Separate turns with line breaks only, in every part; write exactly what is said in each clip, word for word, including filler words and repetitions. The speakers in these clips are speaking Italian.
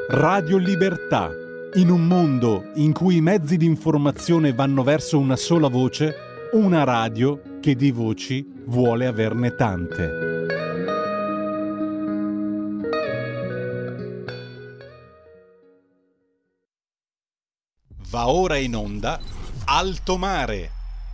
Radio Libertà. In un mondo in cui i mezzi di informazione vanno verso una sola voce, una radio che di voci vuole averne tante. Va ora in onda Alto Mare.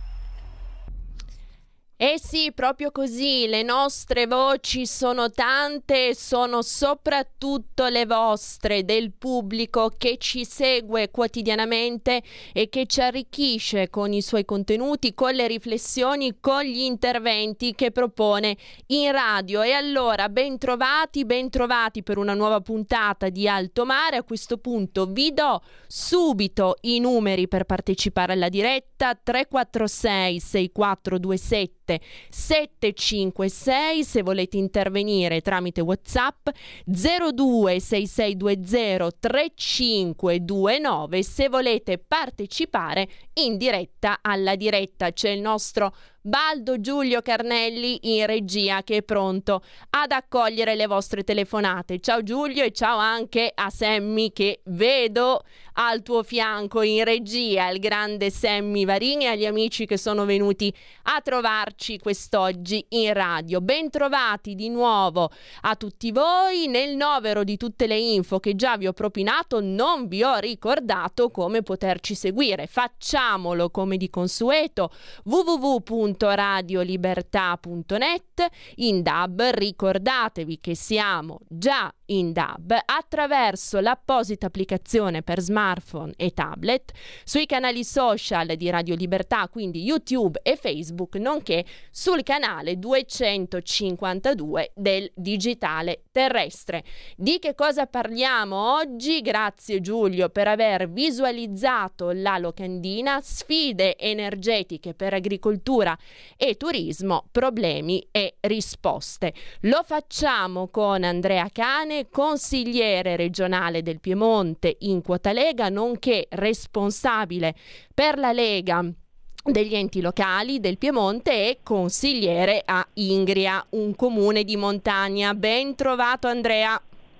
Eh sì, proprio così, le nostre voci sono tante e sono soprattutto le vostre, del pubblico che ci segue quotidianamente e che ci arricchisce con i suoi contenuti, con le riflessioni, con gli interventi che propone in radio. E allora, ben trovati, ben trovati per una nuova puntata di Alto Mare. A questo punto vi do subito i numeri per partecipare alla diretta: tre quattro sei sei quattro due sette sette cinque sei, se volete intervenire tramite WhatsApp zero due sei sei due zero tre cinque due nove, se volete partecipare in diretta alla diretta. C'è il nostro Baldo Giulio Carnelli in regia che è pronto ad accogliere le vostre telefonate. Ciao Giulio, e ciao anche a Sammy che vedo al tuo fianco in regia, il grande Sammy Varini, e agli amici che sono venuti a trovarci quest'oggi in radio. Ben trovati di nuovo a tutti voi. Nel novero di tutte le info che già vi ho propinato non vi ho ricordato come poterci seguire. Facciamolo come di consueto: w w w punto radio libertà punto net, in D A B. Ricordatevi che siamo già in D A B attraverso l'apposita applicazione per smartphone e tablet, sui canali social di Radio Libertà, quindi YouTube e Facebook, nonché sul canale duecentocinquantadue del digitale terrestre. Di che cosa parliamo oggi? Grazie Giulio per aver visualizzato la locandina: sfide energetiche per agricoltura e turismo, problemi e risposte. Lo facciamo con Andrea Cane, consigliere regionale del Piemonte in quota Lega, nonché responsabile per la Lega degli enti locali del Piemonte e consigliere a Ingria, un comune di montagna. Ben trovato Andrea.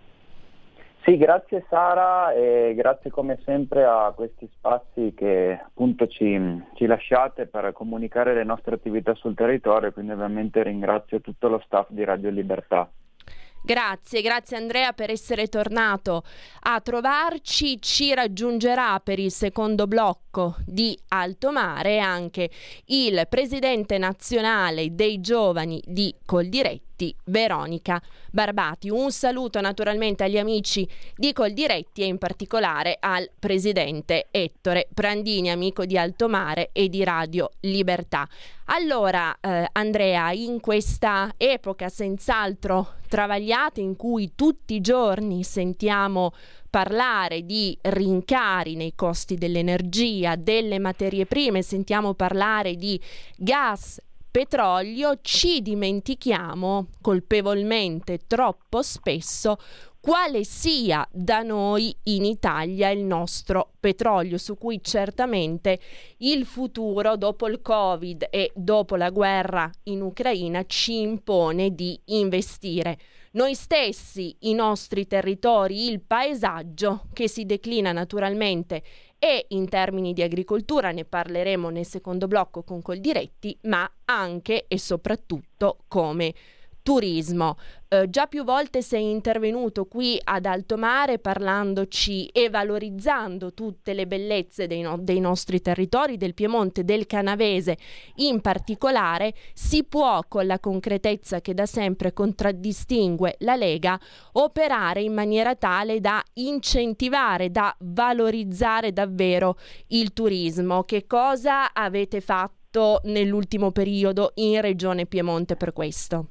Sì, grazie Sara, e grazie come sempre a questi spazi che appunto ci, ci lasciate per comunicare le nostre attività sul territorio, quindi ovviamente ringrazio tutto lo staff di Radio Libertà.
Grazie, grazie Andrea per essere tornato a trovarci. Ci raggiungerà per il secondo blocco di Alto Mare anche il presidente nazionale dei giovani di Coldiretti, Veronica Barbati. Un saluto naturalmente agli amici di Coldiretti e in particolare al presidente Ettore Prandini, amico di Alto Mare e di Radio Libertà. Allora eh, Andrea, in questa epoca senz'altro travagliata in cui tutti i giorni sentiamo parlare di rincari nei costi dell'energia, delle materie prime, sentiamo parlare di gas, petrolio, ci dimentichiamo colpevolmente troppo spesso quale sia da noi in Italia il nostro petrolio, su cui certamente il futuro dopo il Covid e dopo la guerra in Ucraina ci impone di investire. Noi stessi, i nostri territori, il paesaggio che si declina naturalmente e in termini di agricoltura, ne parleremo nel secondo blocco con Coldiretti, ma anche e soprattutto come turismo. Eh, già più volte sei intervenuto qui ad Alto Mare parlandoci e valorizzando tutte le bellezze dei, no- dei nostri territori, del Piemonte, del Canavese in particolare. Si può, con la concretezza che da sempre contraddistingue la Lega, operare in maniera tale da incentivare, da valorizzare davvero il turismo. Che cosa avete fatto nell'ultimo periodo in Regione Piemonte per questo?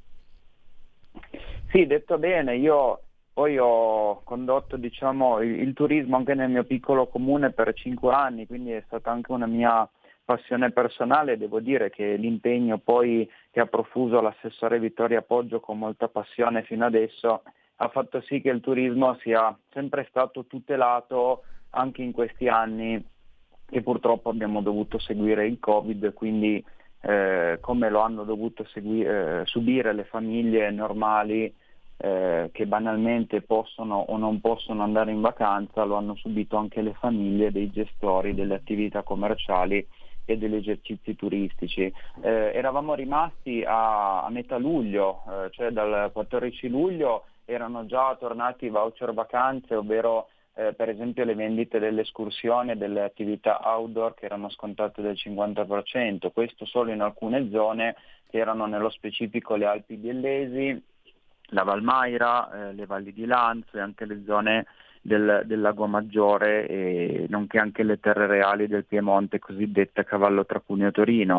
Sì, detto bene, io poi ho condotto diciamo il, il turismo anche nel mio piccolo comune per cinque anni, quindi è stata anche una mia passione personale. Devo dire che l'impegno poi che ha profuso l'assessore Vittoria Poggio con molta passione fino adesso ha fatto sì che il turismo sia sempre stato tutelato anche in questi anni che purtroppo abbiamo dovuto seguire il Covid, quindi eh, come lo hanno dovuto seguire, eh, subire le famiglie normali eh, che banalmente possono o non possono andare in vacanza, lo hanno subito anche le famiglie dei gestori delle attività commerciali e degli esercizi turistici. Eh, eravamo rimasti a, a metà luglio, eh, cioè dal quattordici luglio erano già tornati i voucher vacanze, ovvero eh, per esempio le vendite delle escursioni e delle attività outdoor che erano scontate del cinquanta per cento, questo solo in alcune zone che erano nello specifico le Alpi Biellesi, la Valmaira, eh, le valli di Lanzo e anche le zone del, del Lago Maggiore, e nonché anche le terre reali del Piemonte cosiddette a cavallo tra Cuneo e Torino.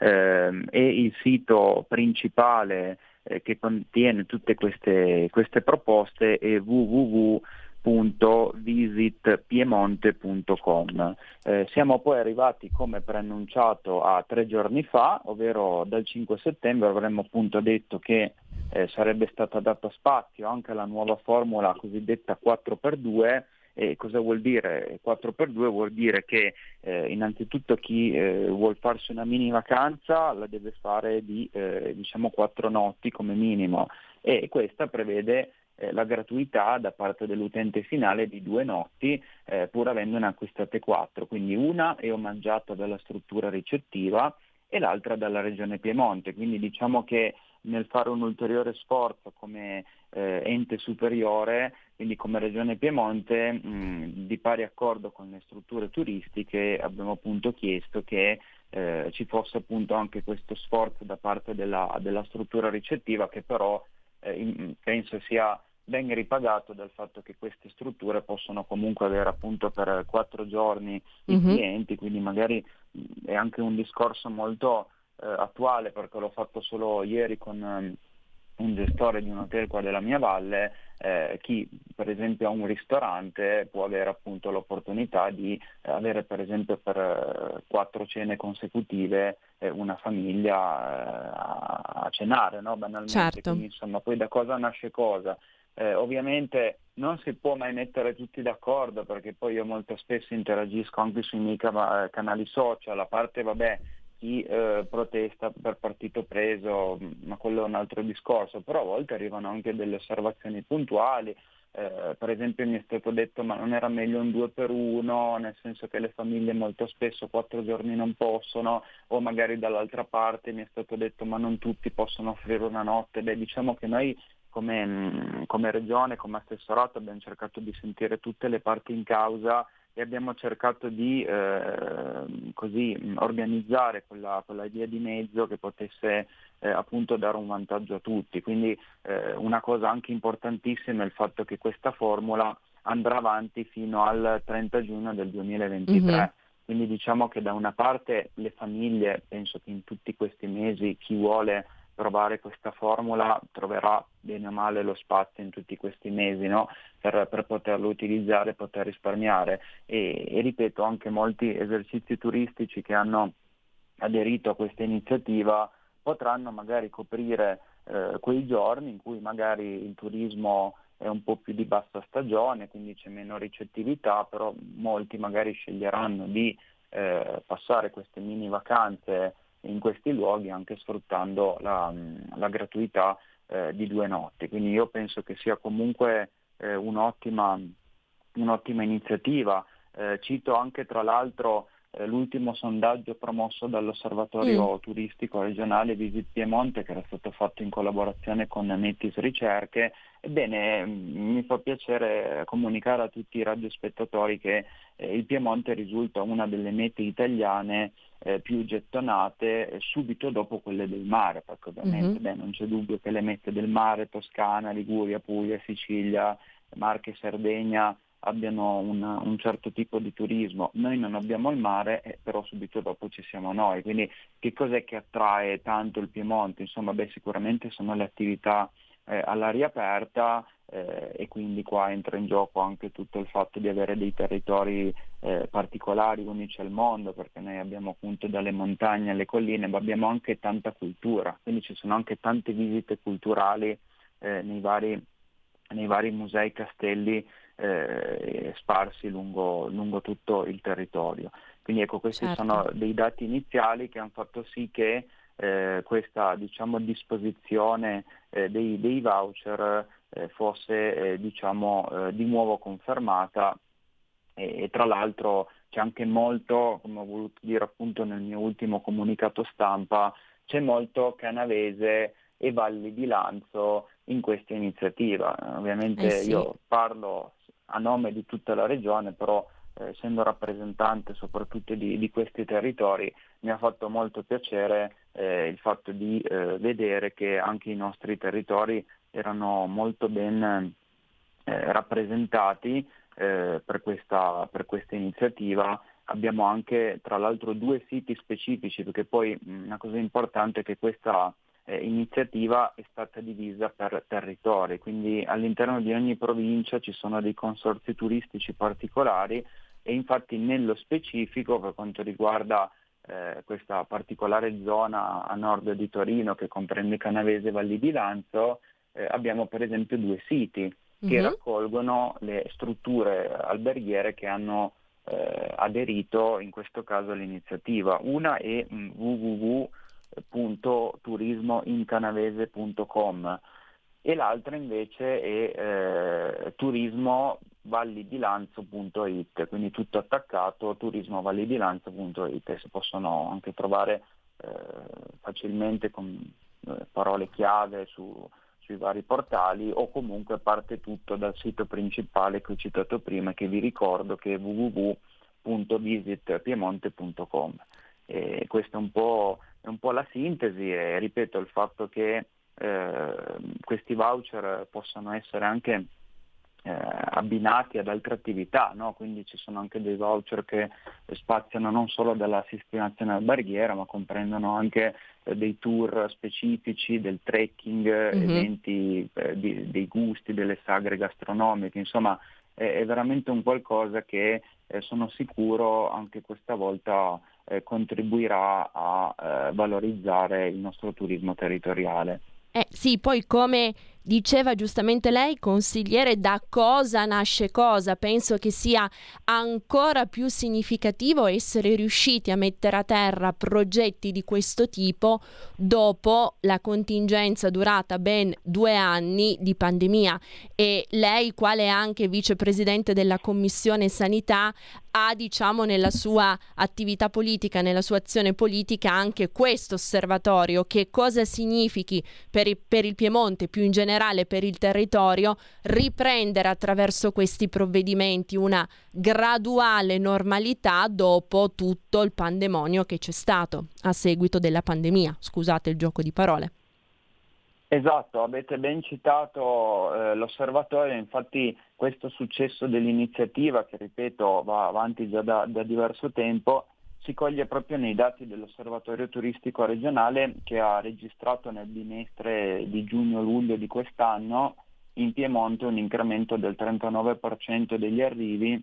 Eh, e il sito principale eh, che contiene tutte queste, queste proposte è w w w punto visit piemonte punto com. Eh, siamo poi arrivati, come preannunciato, a tre giorni fa, ovvero dal cinque settembre avremmo appunto detto che eh, sarebbe stato dato spazio anche alla nuova formula cosiddetta quattro per due. E cosa vuol dire quattro per due? Vuol dire che eh, innanzitutto chi eh, vuol farsi una mini vacanza la deve fare di eh, diciamo quattro notti come minimo, e questa prevede eh, la gratuità da parte dell'utente finale di due notti, eh, pur avendone acquistate quattro, quindi una è omaggiata dalla struttura ricettiva e l'altra dalla Regione Piemonte, quindi diciamo che nel fare un ulteriore sforzo come eh, ente superiore, quindi come Regione Piemonte, mh, di pari accordo con le strutture turistiche, abbiamo appunto chiesto che eh, ci fosse appunto anche questo sforzo da parte della, della struttura ricettiva, che però eh, in, penso sia ben ripagato dal fatto che queste strutture possono comunque avere appunto per quattro giorni i
Mhm.
clienti, quindi magari mh, è anche un discorso molto eh, attuale, perché l'ho fatto solo ieri con um, un gestore di un hotel qua della mia valle. Eh, chi per esempio ha un ristorante può avere appunto l'opportunità di eh, avere per esempio per eh, quattro cene consecutive eh, una famiglia eh, a, a cenare, no? Banalmente.
Certo.
Quindi insomma poi da cosa nasce cosa? Eh, ovviamente non si può mai mettere tutti d'accordo, perché poi io molto spesso interagisco anche sui miei cava- canali social, a parte vabbè chi eh, protesta per partito preso, ma quello è un altro discorso, però a volte arrivano anche delle osservazioni puntuali. Eh, per esempio mi è stato detto ma non era meglio un due per uno, nel senso che le famiglie molto spesso quattro giorni non possono, o magari dall'altra parte mi è stato detto ma non tutti possono offrire una notte. Beh, diciamo che noi come, mh, come regione, come assessorato abbiamo cercato di sentire tutte le parti in causa e abbiamo cercato di eh, così mh, organizzare quella, quella via di mezzo che potesse eh, appunto dare un vantaggio a tutti. Quindi eh, una cosa anche importantissima è il fatto che questa formula andrà avanti fino al trenta giugno del duemilaventitré.
Mhm.
Quindi diciamo che da una parte le famiglie, penso che in tutti questi mesi chi vuole provare questa formula troverà bene o male lo spazio in tutti questi mesi, no? per, per poterlo utilizzare, poter risparmiare, e, e ripeto anche molti esercizi turistici che hanno aderito a questa iniziativa potranno magari coprire eh, quei giorni in cui magari il turismo è un po' più di bassa stagione, quindi c'è meno ricettività, però molti magari sceglieranno di eh, passare queste mini vacanze in questi luoghi anche sfruttando la, la gratuità eh, di due notti. Quindi io penso che sia comunque eh, un'ottima, un'ottima iniziativa. Eh, cito anche tra l'altro eh, l'ultimo sondaggio promosso dall'Osservatorio
Mm.
Turistico Regionale Visit Piemonte, che era stato fatto in collaborazione con Metis Ricerche. Ebbene, mh, mi fa piacere comunicare a tutti i radiospettatori che eh, il Piemonte risulta una delle mete italiane eh, più gettonate eh, subito dopo quelle del mare, perché ovviamente
Mhm.
beh, non c'è dubbio che le mete del mare, Toscana, Liguria, Puglia, Sicilia, Marche, Sardegna, abbiano un, un certo tipo di turismo. Noi non abbiamo il mare, eh, però subito dopo ci siamo noi. Quindi che cos'è che attrae tanto il Piemonte? Insomma, beh, sicuramente sono le attività eh, all'aria aperta, eh, e quindi qua entra in gioco anche tutto il fatto di avere dei territori eh, particolari, unici al mondo, perché noi abbiamo appunto dalle montagne alle colline, ma abbiamo anche tanta cultura, quindi ci sono anche tante visite culturali eh, nei vari, nei vari musei, castelli eh, sparsi lungo, lungo tutto il territorio. Quindi ecco, questi
Certo.
sono dei dati iniziali che hanno fatto sì che eh, questa diciamo disposizione eh, dei, dei voucher eh, fosse eh, diciamo eh, di nuovo confermata. E, e tra l'altro c'è anche molto, come ho voluto dire appunto nel mio ultimo comunicato stampa, c'è molto canavese e Valli di Lanzo in questa iniziativa. Ovviamente
Eh sì.
io parlo a nome di tutta la regione, però eh, essendo rappresentante soprattutto di, di questi territori, mi ha fatto molto piacere eh, il fatto di eh, vedere che anche i nostri territori erano molto ben eh, rappresentati eh, per questa, per questa iniziativa. Abbiamo anche tra l'altro due siti specifici, perché poi mh, una cosa importante è che questa eh, iniziativa è stata divisa per territori, quindi all'interno di ogni provincia ci sono dei consorzi turistici particolari e infatti nello specifico per quanto riguarda eh, questa particolare zona a nord di Torino che comprende Canavese e Valli di Lanzo, eh, abbiamo per esempio due siti che
Mhm.
raccolgono le strutture alberghiere che hanno eh, aderito in questo caso all'iniziativa. Una è mh, w w w punto turismo in canavese punto com e l'altra invece è eh, turismo valli di lanzo punto it, quindi tutto attaccato, turismo valli di lanzo punto it, e si possono anche trovare eh, facilmente con eh, parole chiave su sui vari portali o comunque parte tutto dal sito principale che ho citato prima, che vi ricordo che è w w w punto visit piemonte punto com. E questa è un po', è un po' la sintesi e ripeto il fatto che eh, questi voucher possano essere anche eh, abbinati ad altre attività, no? Quindi ci sono anche dei voucher che spaziano non solo dalla sistemazione alberghiera ma comprendono anche eh, dei tour specifici, del trekking,
Mhm.
eventi eh, di, dei gusti, delle sagre gastronomiche, insomma è, è veramente un qualcosa che eh, sono sicuro anche questa volta eh, contribuirà a eh, valorizzare il nostro turismo territoriale.
Eh sì, poi come diceva giustamente lei, consigliere, da cosa nasce cosa. Penso che sia ancora più significativo essere riusciti a mettere a terra progetti di questo tipo dopo la contingenza durata ben due anni di pandemia. E lei, quale anche vicepresidente della Commissione Sanità, ha, diciamo, nella sua attività politica, nella sua azione politica, anche questo osservatorio, che cosa significhi per il, per il Piemonte, più in generale per il territorio, riprendere attraverso questi provvedimenti una graduale normalità dopo tutto il pandemonio che c'è stato a seguito della pandemia. Scusate il gioco di parole.
Esatto, avete ben citato eh, l'osservatorio, infatti questo successo dell'iniziativa, che ripeto va avanti già da, da diverso tempo, si coglie proprio nei dati dell'osservatorio turistico regionale che ha registrato nel bimestre di giugno-luglio di quest'anno in Piemonte un incremento del trentanove per cento degli arrivi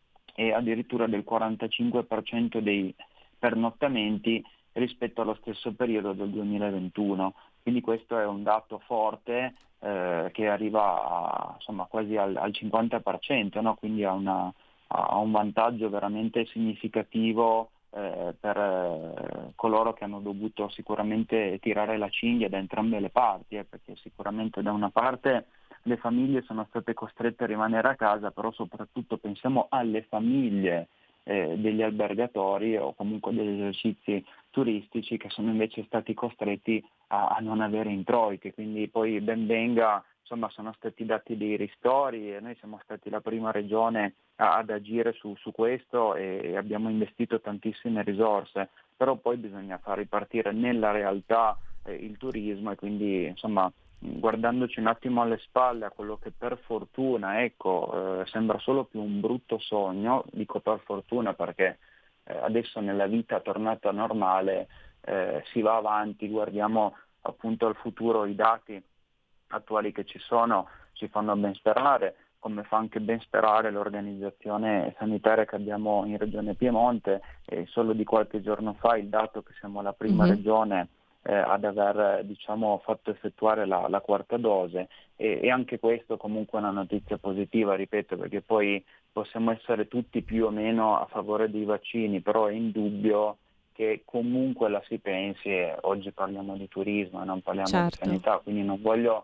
e addirittura del quarantacinque per cento dei pernottamenti rispetto allo stesso periodo del duemilaventuno. Quindi questo è un dato forte eh, che arriva a, insomma, quasi al, al cinquanta per cento, no? Quindi ha, una, ha un vantaggio veramente significativo eh, per eh, coloro che hanno dovuto sicuramente tirare la cinghia da entrambe le parti, eh, perché sicuramente da una parte le famiglie sono state costrette a rimanere a casa, però soprattutto pensiamo alle famiglie eh, degli albergatori o comunque degli esercizi turistici che sono invece stati costretti a, a non avere introiti, quindi poi ben venga, insomma sono stati dati dei ristori e noi siamo stati la prima regione a, ad agire su, su questo e abbiamo investito tantissime risorse, però poi bisogna far ripartire nella realtà eh, il turismo e quindi insomma guardandoci un attimo alle spalle a quello che per fortuna, ecco, eh, sembra solo più un brutto sogno, dico per fortuna perché eh, adesso nella vita tornata normale eh, si va avanti, guardiamo appunto al futuro, i dati attuali che ci sono ci fanno ben sperare, come fa anche ben sperare l'organizzazione sanitaria che abbiamo in Regione Piemonte, e solo di qualche giorno fa il dato che siamo la prima
Mhm.
regione eh, ad aver diciamo fatto effettuare la, la quarta dose e, e anche questo comunque è una notizia positiva, ripeto, perché poi possiamo essere tutti più o meno a favore dei vaccini, però è indubbio che comunque la si pensi, e oggi parliamo di turismo e non parliamo di
Certo.
sanità, quindi non voglio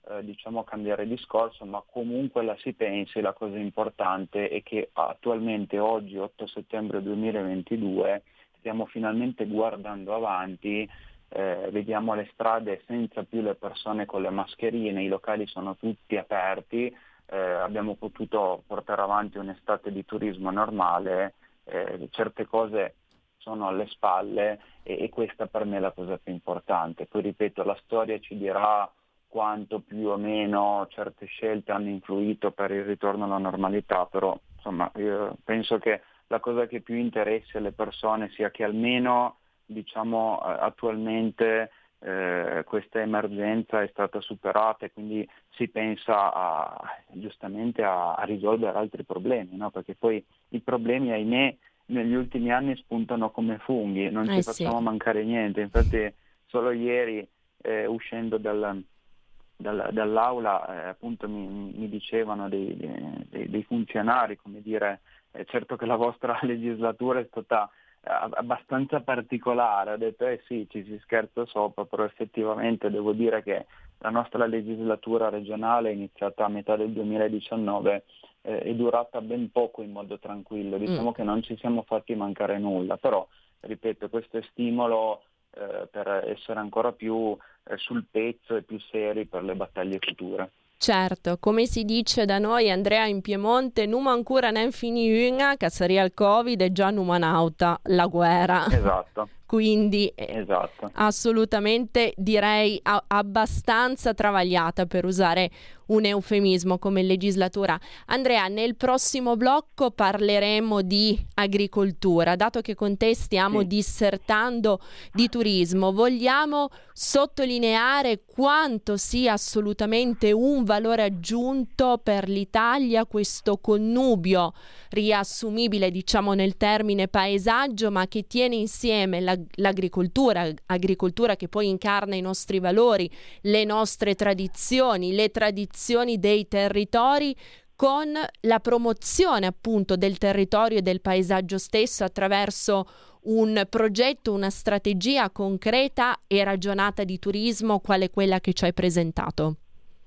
eh, diciamo cambiare discorso, ma comunque la si pensi. La cosa importante è che attualmente, oggi otto settembre duemilaventidue, stiamo finalmente guardando avanti, eh, vediamo le strade senza più le persone con le mascherine, i locali sono tutti aperti, eh, abbiamo potuto portare avanti un'estate di turismo normale, eh, certe cose sono alle spalle e, e questa per me è la cosa più importante. Poi ripeto, la storia ci dirà quanto più o meno certe scelte hanno influito per il ritorno alla normalità, però insomma io penso che la cosa che più interessa alle persone sia che almeno diciamo attualmente eh, questa emergenza è stata superata e quindi si pensa a, giustamente a, a risolvere altri problemi, no? Perché poi i problemi, ahimè, negli ultimi anni spuntano come funghi, non ci
Eh
facciamo
sì.
mancare niente. Infatti solo ieri eh, uscendo dal, dal, dall'aula eh, appunto mi, mi dicevano dei, dei, dei funzionari, come dire, eh, certo che la vostra legislatura è stata abbastanza particolare. Ho detto eh sì, ci si scherza sopra, però effettivamente devo dire che la nostra legislatura regionale è iniziata a metà del duemiladiciannove, eh, è durata ben poco in modo tranquillo, diciamo
Mm.
che non ci siamo fatti mancare nulla, però ripeto, questo è stimolo eh, per essere ancora più eh, sul pezzo e più seri per le battaglie future.
Certo, come si dice da noi, Andrea, in Piemonte, numa ancora non finì una, che sarebbe il Covid, e già numa nauta la guerra.
Esatto.
Quindi eh,
Esatto.
assolutamente direi a- abbastanza travagliata, per usare un eufemismo, come legislatura. Andrea, nel prossimo blocco parleremo di agricoltura, dato che con te stiamo
Sì.
dissertando di turismo. Vogliamo sottolineare quanto sia assolutamente un valore aggiunto per l'Italia questo connubio riassumibile, diciamo, nel termine paesaggio, ma che tiene insieme la, l'agricoltura, agricoltura che poi incarna i nostri valori, le nostre tradizioni, le tradizioni dei territori, con la promozione appunto del territorio e del paesaggio stesso attraverso un progetto, una strategia concreta e ragionata di turismo, quale quella che ci hai presentato.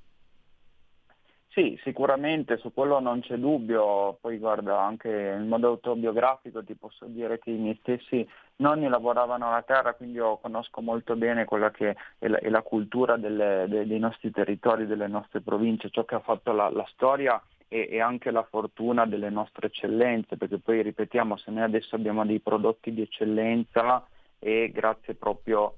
Sì, sicuramente su quello non c'è dubbio. Poi guarda, anche in modo autobiografico ti posso dire che i miei stessi nonni lavoravano la terra, quindi io conosco molto bene quella che è la, è la cultura delle, de, dei nostri territori, delle nostre province, ciò che ha fatto la, la storia e, e anche la fortuna delle nostre eccellenze, perché poi ripetiamo, se noi adesso abbiamo dei prodotti di eccellenza è grazie proprio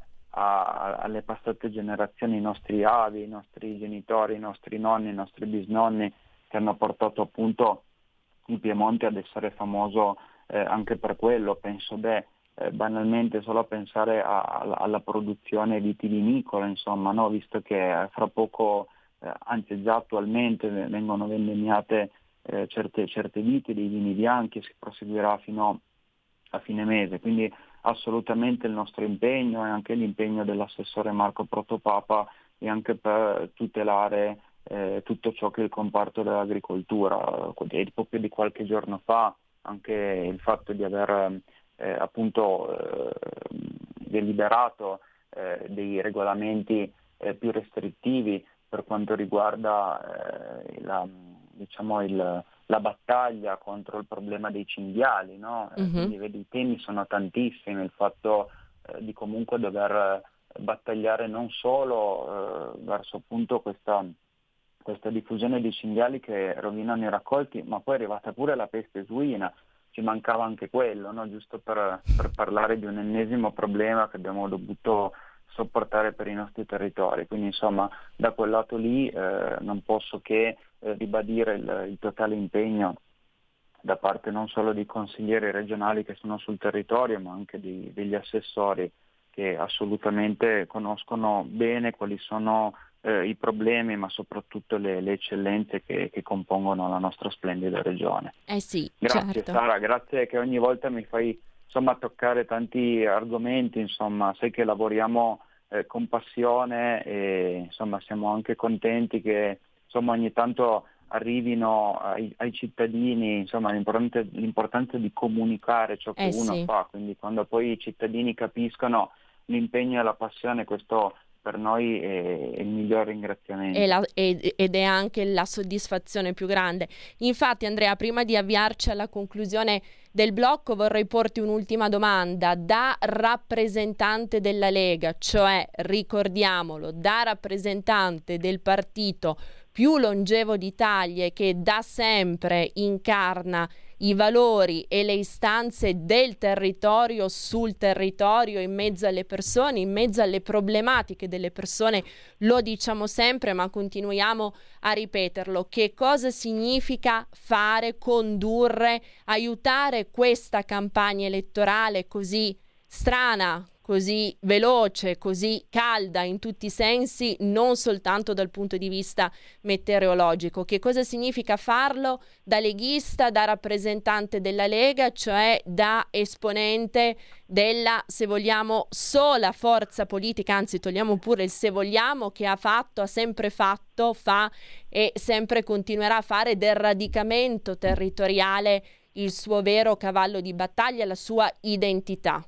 a, alle passate generazioni, i nostri avi, i nostri genitori, i nostri nonni, i nostri bisnonni, che hanno portato appunto il Piemonte ad essere famoso eh, anche per quello. Penso, beh, eh, banalmente solo a pensare a, a, alla produzione vitivinicola, insomma, no? Visto che fra poco, eh, anzi già attualmente vengono vendemmiate eh, certe, certe viti, dei vini bianchi, e si proseguirà fino a fine mese, quindi assolutamente il nostro impegno e anche l'impegno dell'assessore Marco Protopapa è anche per tutelare eh, tutto ciò che è il comparto dell'agricoltura. E proprio di qualche giorno fa anche il fatto di aver eh, appunto eh, deliberato eh, dei regolamenti eh, più restrittivi per quanto riguarda eh, la, diciamo il la battaglia contro il problema dei cinghiali, no? Eh,
Mm-hmm.
quindi vedi, i temi sono tantissimi, il fatto eh, di comunque dover battagliare non solo eh, verso appunto questa, questa diffusione di cinghiali che rovinano i raccolti, ma poi è arrivata pure la peste suina, ci mancava anche quello, no? Giusto per, per parlare di un ennesimo problema che abbiamo dovuto sopportare per i nostri territori. Quindi insomma da quel lato lì eh, non posso che eh, ribadire il, il totale impegno da parte non solo dei consiglieri regionali che sono sul territorio, ma anche di, degli assessori che assolutamente conoscono bene quali sono eh, i problemi, ma soprattutto le, le eccellenze che, che compongono la nostra splendida regione.
Eh sì,
Grazie
certo.
Sara, grazie che ogni volta mi fai insomma toccare tanti argomenti, insomma sai che lavoriamo eh, con passione e insomma siamo anche contenti che insomma ogni tanto arrivino ai, ai cittadini insomma l'importante, l'importanza di comunicare ciò che
Eh
uno
sì.
fa, quindi quando poi i cittadini capiscono l'impegno e la passione, questo per noi è, è il miglior ringraziamento.
E la, ed, ed è anche la soddisfazione più grande. Infatti, Andrea, prima di avviarci alla conclusione del blocco, vorrei porti un'ultima domanda. Da rappresentante della Lega, cioè, ricordiamolo, da rappresentante del partito più longevo d'Italia e che da sempre incarna i valori e le istanze del territorio sul territorio, in mezzo alle persone, in mezzo alle problematiche delle persone, lo diciamo sempre ma continuiamo a ripeterlo. Che cosa significa fare, condurre, aiutare questa campagna elettorale così strana, così veloce, così calda in tutti i sensi, non soltanto dal punto di vista meteorologico? Che cosa significa farlo da leghista, da rappresentante della Lega, cioè da esponente della, se vogliamo, sola forza politica, anzi togliamo pure il se vogliamo, che ha fatto, ha sempre fatto, fa e sempre continuerà a fare del radicamento territoriale il suo vero cavallo di battaglia, la sua identità?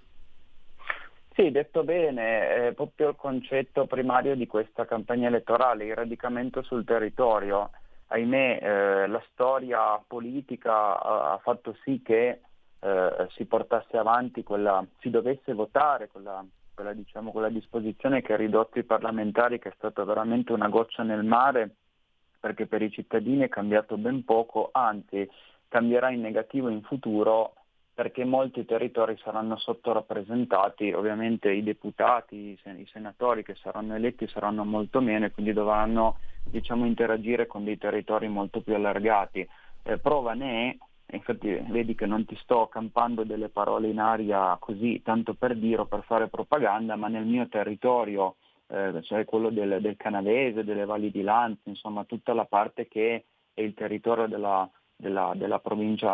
Sì, detto bene, è proprio il concetto primario di questa campagna elettorale, il radicamento sul territorio. Ahimè, eh, la storia politica ha, ha fatto sì che eh, si portasse avanti quella, si dovesse votare quella, quella, diciamo, quella disposizione che ha ridotto i parlamentari, che è stata veramente una goccia nel mare, perché per i cittadini è cambiato ben poco, anzi cambierà in negativo in futuro, perché molti territori saranno sottorappresentati, ovviamente i deputati, i senatori che saranno eletti saranno molto meno e quindi dovranno, diciamo, interagire con dei territori molto più allargati. Eh, prova ne è, infatti vedi che non ti sto campando delle parole in aria così tanto per dire o per fare propaganda, ma nel mio territorio, eh, cioè quello del, del Canavese, delle Valli di Lanzi, insomma tutta la parte che è il territorio della, della, della provincia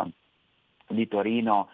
di Torino,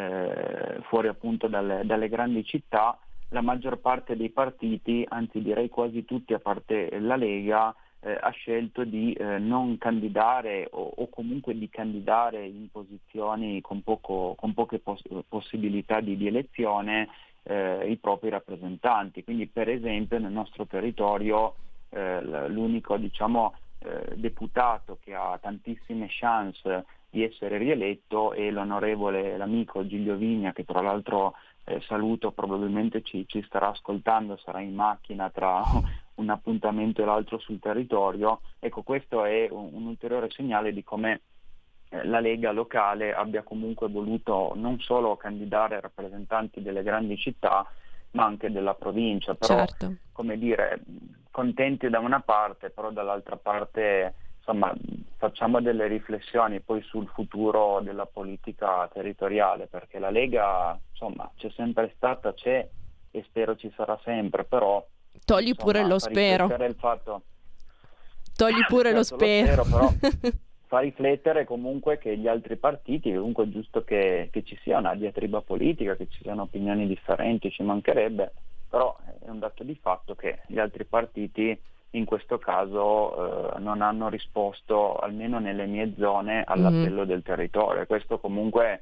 eh, fuori appunto dalle, dalle grandi città, la maggior parte dei partiti, anzi direi quasi tutti a parte la Lega, eh, ha scelto di eh, non candidare o, o comunque di candidare in posizioni con, poco, con poche poss- possibilità di, di elezione eh, i propri rappresentanti. Quindi per esempio nel nostro territorio eh, l'unico, diciamo, eh, deputato che ha tantissime chance di essere rieletto è l'onorevole, l'amico Giglio Vigna, che tra l'altro eh, saluto, probabilmente ci, ci starà ascoltando, sarà in macchina tra un appuntamento e l'altro sul territorio. Ecco, questo è un, un ulteriore segnale di come eh, la Lega locale abbia comunque voluto non solo candidare rappresentanti delle grandi città, ma anche della provincia. Però,
certo,
come dire, contenti da una parte, però dall'altra parte insomma facciamo delle riflessioni poi sul futuro della politica territoriale, perché la Lega insomma c'è sempre stata, c'è e spero ci sarà sempre, però
togli
insomma,
pure lo
fa
spero
riflettere il fatto
togli pure
certo,
lo spero,
lo spero però fa riflettere comunque che gli altri partiti, comunque è giusto che, che ci sia una diatriba politica, che ci siano opinioni differenti, ci mancherebbe, però è un dato di fatto che gli altri partiti in questo caso eh, non hanno risposto, almeno nelle mie zone, all'appello mm-hmm. del territorio. E questo comunque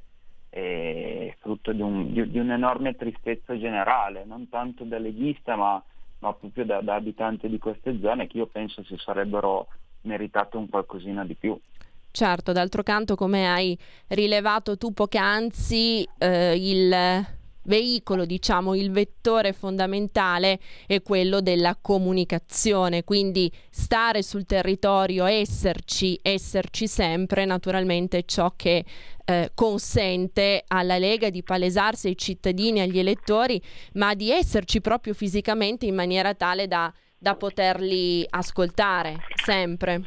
è frutto di, un, di, di un'enorme tristezza generale, non tanto da leghista, ma, ma proprio da, da abitante di queste zone, che io penso si sarebbero meritato un qualcosina di più.
Certo, d'altro canto, come hai rilevato tu poc'anzi, eh, il veicolo, diciamo, il vettore fondamentale è quello della comunicazione, quindi stare sul territorio, esserci, esserci sempre, naturalmente è ciò che eh, consente alla Lega di palesarsi ai cittadini, agli elettori, ma di esserci proprio fisicamente in maniera tale da, da poterli ascoltare sempre.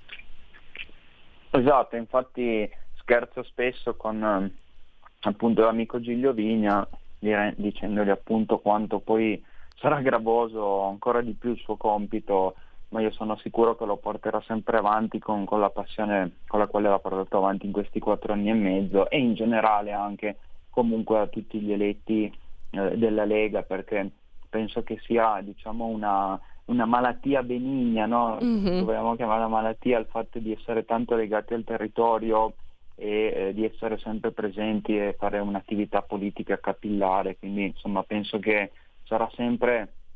Esatto, infatti scherzo spesso con eh, appunto l'amico Giglio Vigna, dicendogli appunto quanto poi sarà gravoso ancora di più il suo compito, ma io sono sicuro che lo porterà sempre avanti con, con la passione con la quale l'ha portato avanti in questi quattro anni e mezzo, e in generale anche comunque a tutti gli eletti eh, della Lega, perché penso che sia, diciamo, una, una malattia benigna, no? Mm-hmm. Dobbiamo chiamare malattia il fatto di essere tanto legati al territorio e eh, di essere sempre presenti e fare un'attività politica capillare, quindi insomma penso che sarà sempre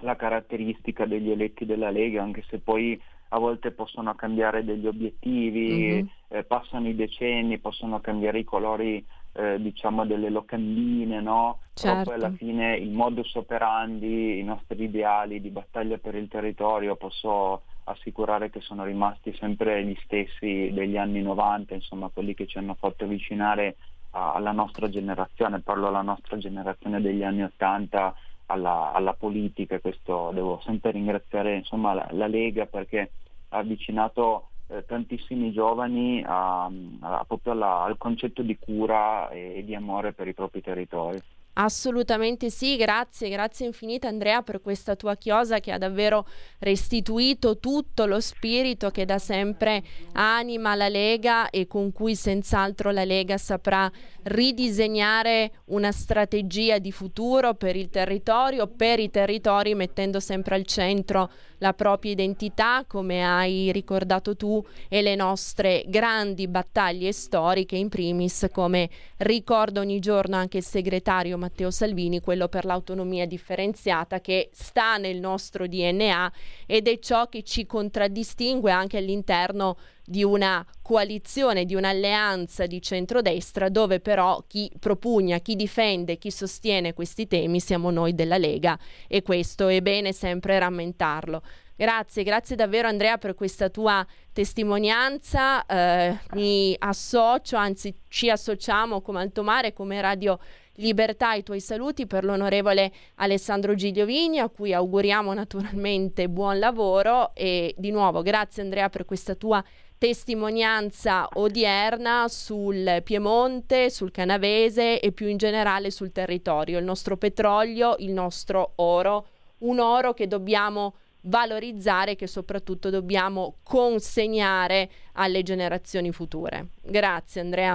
la caratteristica degli eletti della Lega, anche se poi a volte possono cambiare degli obiettivi, mm-hmm. eh, passano i decenni, possono cambiare i colori eh, diciamo delle locandine, no?
Certo.
Però poi alla fine il modus operandi, i nostri ideali di battaglia per il territorio, posso assicurare che sono rimasti sempre gli stessi degli anni novanta, insomma quelli che ci hanno fatto avvicinare a, alla nostra generazione, parlo alla nostra generazione degli anni ottanta, alla, alla politica. Questo devo sempre ringraziare insomma la, la Lega, perché ha avvicinato eh, tantissimi giovani a, a, proprio alla, al concetto di cura e, e di amore per i propri territori.
Assolutamente sì, grazie, grazie infinite Andrea per questa tua chiosa che ha davvero restituito tutto lo spirito che da sempre anima la Lega e con cui senz'altro la Lega saprà ridisegnare una strategia di futuro per il territorio, per i territori, mettendo sempre al centro la propria identità, come hai ricordato tu, e le nostre grandi battaglie storiche, in primis, come ricorda ogni giorno anche il segretario Matteo Salvini, quello per l'autonomia differenziata, che sta nel nostro D N A ed è ciò che ci contraddistingue anche all'interno di una coalizione, di un'alleanza di centrodestra, dove però chi propugna, chi difende, chi sostiene questi temi siamo noi della Lega, e questo è bene sempre rammentarlo. Grazie, grazie davvero Andrea per questa tua testimonianza. Eh, mi associo, anzi ci associamo come Altomare, come Radio Libertà, ai tuoi saluti per l'onorevole Alessandro Gigliovini, a cui auguriamo naturalmente buon lavoro, e di nuovo grazie Andrea per questa tua testimonianza odierna sul Piemonte, sul Canavese e più in generale sul territorio, il nostro petrolio, il nostro oro, un oro che dobbiamo valorizzare, che soprattutto dobbiamo consegnare alle generazioni future. Grazie Andrea.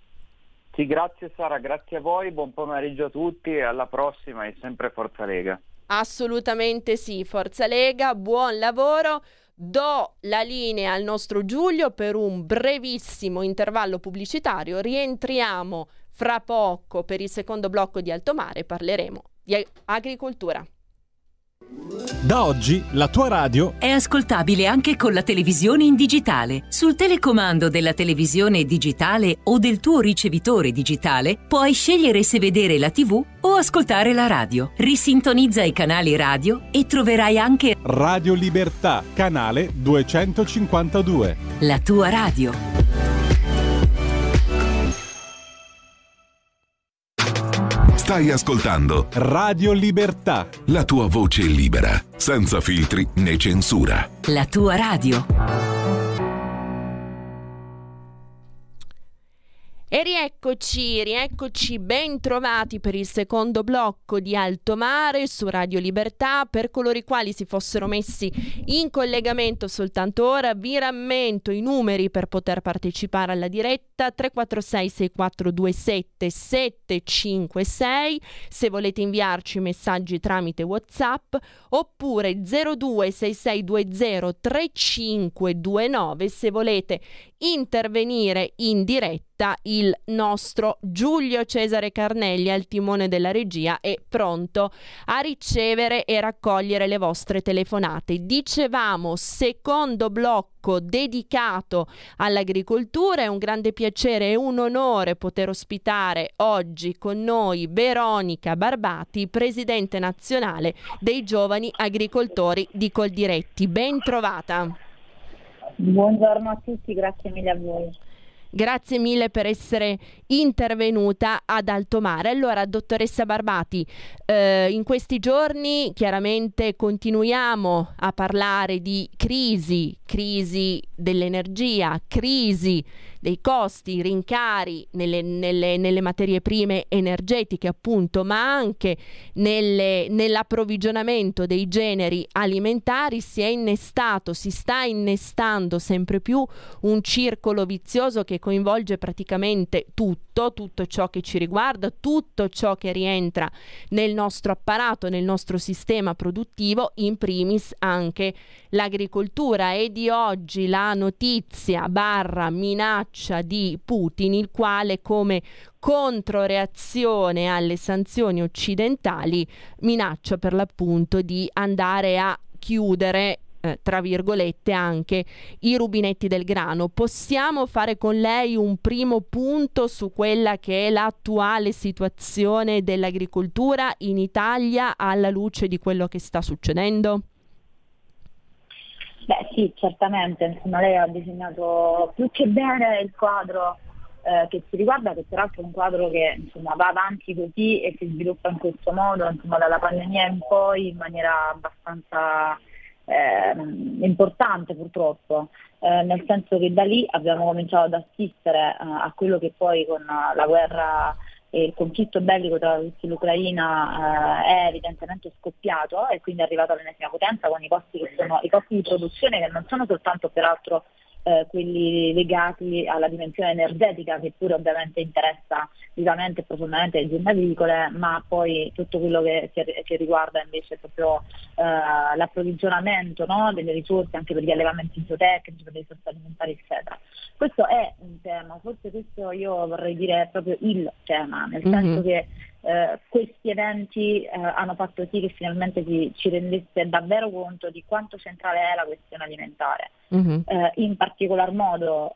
Sì, grazie Sara, grazie a voi, buon pomeriggio a tutti e alla prossima, e sempre Forza Lega.
Assolutamente sì, Forza Lega, buon lavoro. Do la linea al nostro Giulio per un brevissimo intervallo pubblicitario. Rientriamo fra poco per il secondo blocco di Altomare, parleremo di agricoltura.
Da oggi la tua radio
è ascoltabile anche con la televisione in digitale. Sul telecomando della televisione digitale o del tuo ricevitore digitale puoi scegliere se vedere la tivù o ascoltare la radio. Risintonizza i canali radio e troverai anche
Radio Libertà, canale duecentocinquantadue.
La tua radio.
Stai ascoltando
Radio Libertà,
la tua voce libera, senza filtri né censura.
La tua radio.
E rieccoci, rieccoci ben trovati per il secondo blocco di Altomare su Radio Libertà. Per coloro i quali si fossero messi in collegamento soltanto ora, vi rammento i numeri per poter partecipare alla diretta: tre quattro sei sei quattro due sette sette cinque sei se volete inviarci messaggi tramite WhatsApp, oppure zero due sei sei due zero tre cinque due nove se volete intervenire in diretta. Il nostro Giulio Cesare Carnelli al timone della regia è pronto a ricevere e raccogliere le vostre telefonate. Dicevamo, secondo blocco dedicato all'agricoltura. È un grande piacere e un onore poter ospitare oggi con noi Veronica Barbati, presidente nazionale dei giovani agricoltori di Coldiretti. Ben trovata.
Buongiorno a tutti, grazie mille a voi.
Grazie mille per essere intervenuta ad Altomare. Allora, dottoressa Barbati, eh, in questi giorni chiaramente continuiamo a parlare di crisi, crisi dell'energia, crisi dei costi, rincari nelle, nelle, nelle materie prime energetiche appunto, ma anche nelle, nell'approvvigionamento dei generi alimentari. Si è innestato, si sta innestando sempre più un circolo vizioso che coinvolge praticamente tutto, tutto ciò che ci riguarda, tutto ciò che rientra nel nostro apparato, nel nostro sistema produttivo, in primis anche l'agricoltura. E di oggi la notizia barra minaccia di Putin, il quale come controreazione alle sanzioni occidentali minaccia per l'appunto di andare a chiudere eh, tra virgolette anche i rubinetti del grano. Possiamo fare con lei un primo punto su quella che è l'attuale situazione dell'agricoltura in Italia alla luce di quello che sta succedendo?
Beh sì, certamente, insomma, lei ha disegnato più che bene il quadro eh, che ci riguarda, che peraltro è un quadro che insomma va avanti così e si sviluppa in questo modo, insomma, dalla pandemia in poi in maniera abbastanza eh, importante purtroppo, eh, nel senso che da lì abbiamo cominciato ad assistere eh, a quello che poi con la guerra e il conflitto bellico tra la Russia e l'Ucraina eh, è evidentemente scoppiato e quindi è arrivato all'ennesima potenza con i costi che sono i costi di produzione, che non sono soltanto peraltro eh, quelli legati alla dimensione energetica, che pure ovviamente interessa vivamente e profondamente le aziende agricole, ma poi tutto quello che, che riguarda invece proprio eh, l'approvvigionamento, no, delle risorse anche per gli allevamenti zootecnici, per le risorse alimentari eccetera. Questo è un tema, forse questo io vorrei dire è proprio il tema, nel mm-hmm. senso che eh, questi eventi eh, hanno fatto sì che finalmente ci, ci rendesse davvero conto di quanto centrale è la questione alimentare. Mm-hmm. Eh, in particolar modo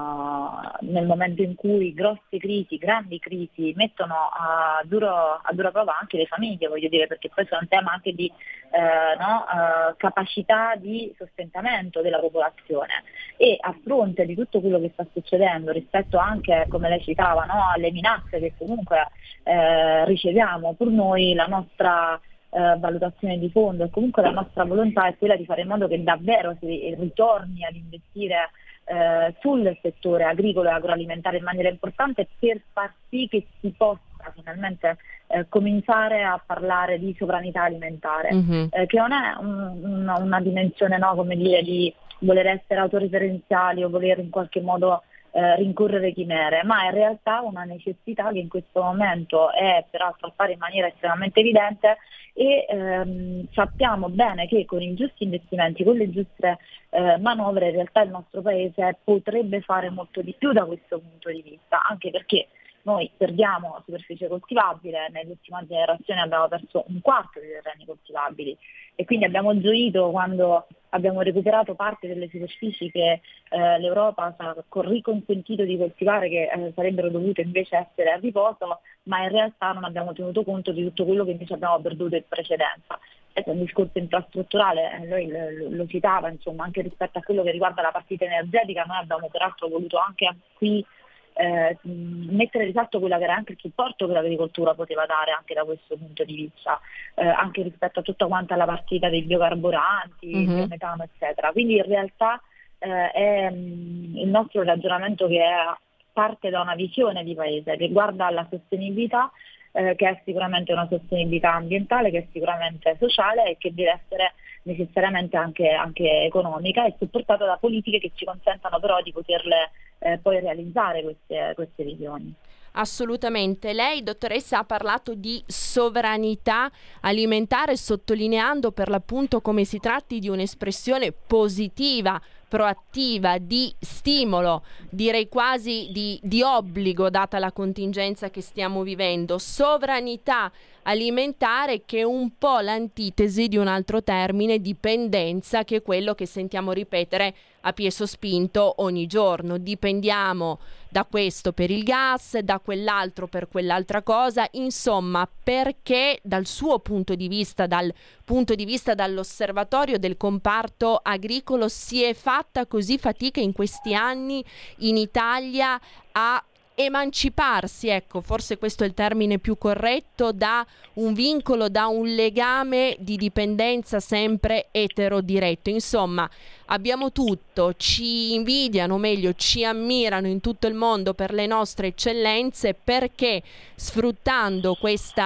uh, nel momento in cui grosse crisi, grandi crisi mettono a, duro, a dura prova anche le famiglie, voglio dire, perché poi è un tema anche di uh, no, uh, capacità di sostentamento della popolazione, e a fronte di tutto quello che sta succedendo rispetto anche, come lei citava, no, alle minacce che comunque eh, riceviamo, per noi la nostra Eh, valutazione di fondo e comunque la nostra volontà è quella di fare in modo che davvero si ritorni ad investire eh, sul settore agricolo e agroalimentare in maniera importante, per far sì che si possa finalmente eh, cominciare a parlare di sovranità alimentare, mm-hmm. eh, che non è un, una, una dimensione, no, come dire, di voler essere autoreferenziali o voler in qualche modo Eh, rincorrere chimere, ma è in realtà una necessità che in questo momento è peraltro appare in maniera estremamente evidente, e ehm, sappiamo bene che con i giusti investimenti, con le giuste eh, manovre, in realtà il nostro paese potrebbe fare molto di più da questo punto di vista, anche perché noi perdiamo superficie coltivabile, nell'ultima generazione abbiamo perso un quarto dei terreni coltivabili e quindi abbiamo gioito quando abbiamo recuperato parte delle superfici che eh, l'Europa ha riconsentito di coltivare, che eh, sarebbero dovute invece essere a riposo, ma in realtà non abbiamo tenuto conto di tutto quello che invece abbiamo perduto in precedenza. È un discorso infrastrutturale, eh, lui lo, lo citava, insomma, anche rispetto a quello che riguarda la partita energetica. Noi abbiamo peraltro voluto anche qui Eh, mettere in risalto quella che era anche il supporto che l'agricoltura poteva dare anche da questo punto di vista, eh, anche rispetto a tutta quanta la partita dei biocarburanti, mm-hmm. il biometano eccetera. Quindi in realtà eh, è mh, il nostro ragionamento che è, parte da una visione di paese che guarda alla sostenibilità, eh, che è sicuramente una sostenibilità ambientale, che è sicuramente sociale e che deve essere necessariamente anche, anche economica, e supportata da politiche che ci consentano però di poterle eh, poi realizzare queste, queste visioni.
Assolutamente. Lei, dottoressa, ha parlato di sovranità alimentare, sottolineando per l'appunto come si tratti di un'espressione positiva, proattiva, di stimolo, direi quasi di, di obbligo, data la contingenza che stiamo vivendo. Sovranità alimentare, che è un po' l'antitesi di un altro termine, dipendenza, che è quello che sentiamo ripetere a piè sospinto ogni giorno. Dipendiamo da questo per il gas, da quell'altro per quell'altra cosa, insomma, perché dal suo punto di vista, dal punto di vista dall'osservatorio del comparto agricolo, si è fatta così fatica in questi anni in Italia a emanciparsi, ecco, forse questo è il termine più corretto, da un vincolo, da un legame di dipendenza sempre eterodiretto. Insomma, abbiamo tutto, ci invidiano, o meglio ci ammirano in tutto il mondo per le nostre eccellenze, perché sfruttando questa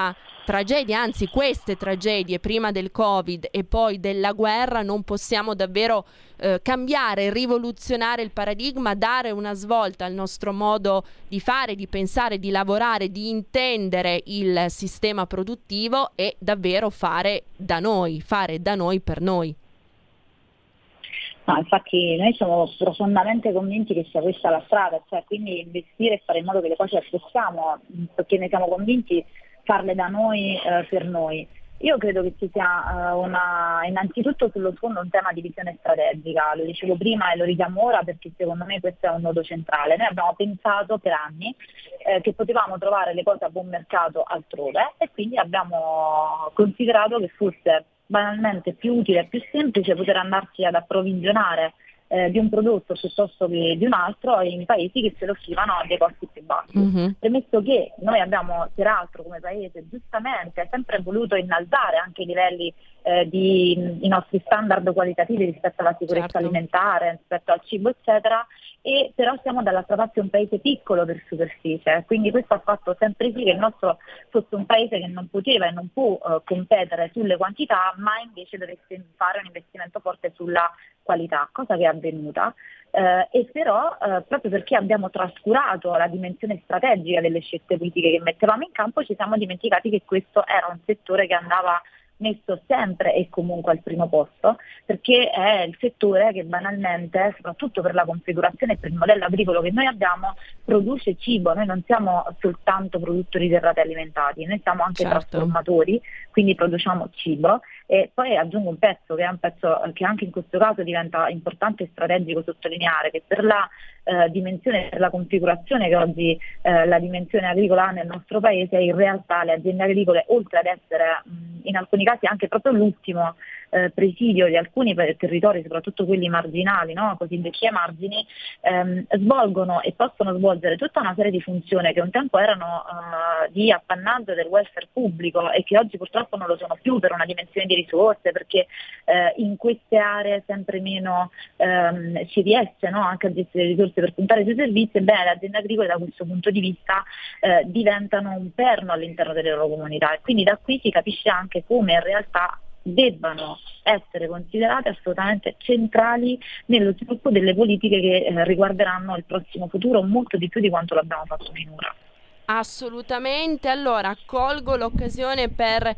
tragedie, anzi queste tragedie prima del Covid e poi della guerra, non possiamo davvero eh, cambiare, rivoluzionare il paradigma, dare una svolta al nostro modo di fare, di pensare, di lavorare, di intendere il sistema produttivo e davvero fare da noi, fare da noi per noi.
No, infatti noi siamo profondamente convinti che sia questa la strada, cioè quindi investire e fare in modo che le cose possiamo, perché ne siamo convinti, farle da noi eh, per noi. Io credo che ci sia uh, una, innanzitutto sullo sfondo un tema di visione strategica, lo dicevo prima e lo richiamo ora perché secondo me questo è un nodo centrale. Noi abbiamo pensato per anni eh, che potevamo trovare le cose a buon mercato altrove e quindi abbiamo considerato che fosse banalmente più utile e più semplice poter andarsi ad approvvigionare eh, di un prodotto piuttosto che di un altro in paesi che se lo offrivano a dei costi più bassi. Mm-hmm. Premesso che noi abbiamo peraltro come paese giustamente sempre voluto innalzare anche i livelli eh, di i nostri standard qualitativi rispetto alla sicurezza certo. alimentare, rispetto al cibo eccetera, e però siamo dall'altra parte un paese piccolo per superficie, quindi questo ha fatto sempre sì che il nostro fosse un paese che non poteva e non può uh, competere sulle quantità, ma invece dovesse fare un investimento forte sulla qualità, cosa che è avvenuta, eh, e però eh, proprio perché abbiamo trascurato la dimensione strategica delle scelte politiche che mettevamo in campo, ci siamo dimenticati che questo era un settore che andava messo sempre e comunque al primo posto, perché è il settore che banalmente, soprattutto per la configurazione e per il modello agricolo che noi abbiamo, produce cibo. Noi non siamo soltanto produttori di derrate alimentari, noi siamo anche certo. trasformatori, quindi produciamo cibo. E poi aggiungo un pezzo che è un pezzo che anche in questo caso diventa importante e strategico sottolineare, che per la eh, dimensione, per la configurazione che oggi eh, la dimensione agricola ha nel nostro paese, in realtà le aziende agricole, oltre ad essere mh, in alcuni casi anche proprio l'ultimo eh, presidio di alcuni territori, soprattutto quelli marginali, no? cosiddetti ai margini, ehm, svolgono e possono svolgere tutta una serie di funzioni che un tempo erano uh, di appannaggio del welfare pubblico e che oggi purtroppo non lo sono più per una dimensione di risorse, perché eh, in queste aree sempre meno ehm, si riesce no? anche a gestire le risorse per puntare sui servizi. Ebbene, le aziende agricole da questo punto di vista eh, diventano un perno all'interno delle loro comunità e quindi da qui si capisce anche come in realtà debbano essere considerate assolutamente centrali nello sviluppo delle politiche che eh, riguarderanno il prossimo futuro, molto di più di quanto l'abbiamo fatto finora.
Assolutamente. Allora colgo l'occasione per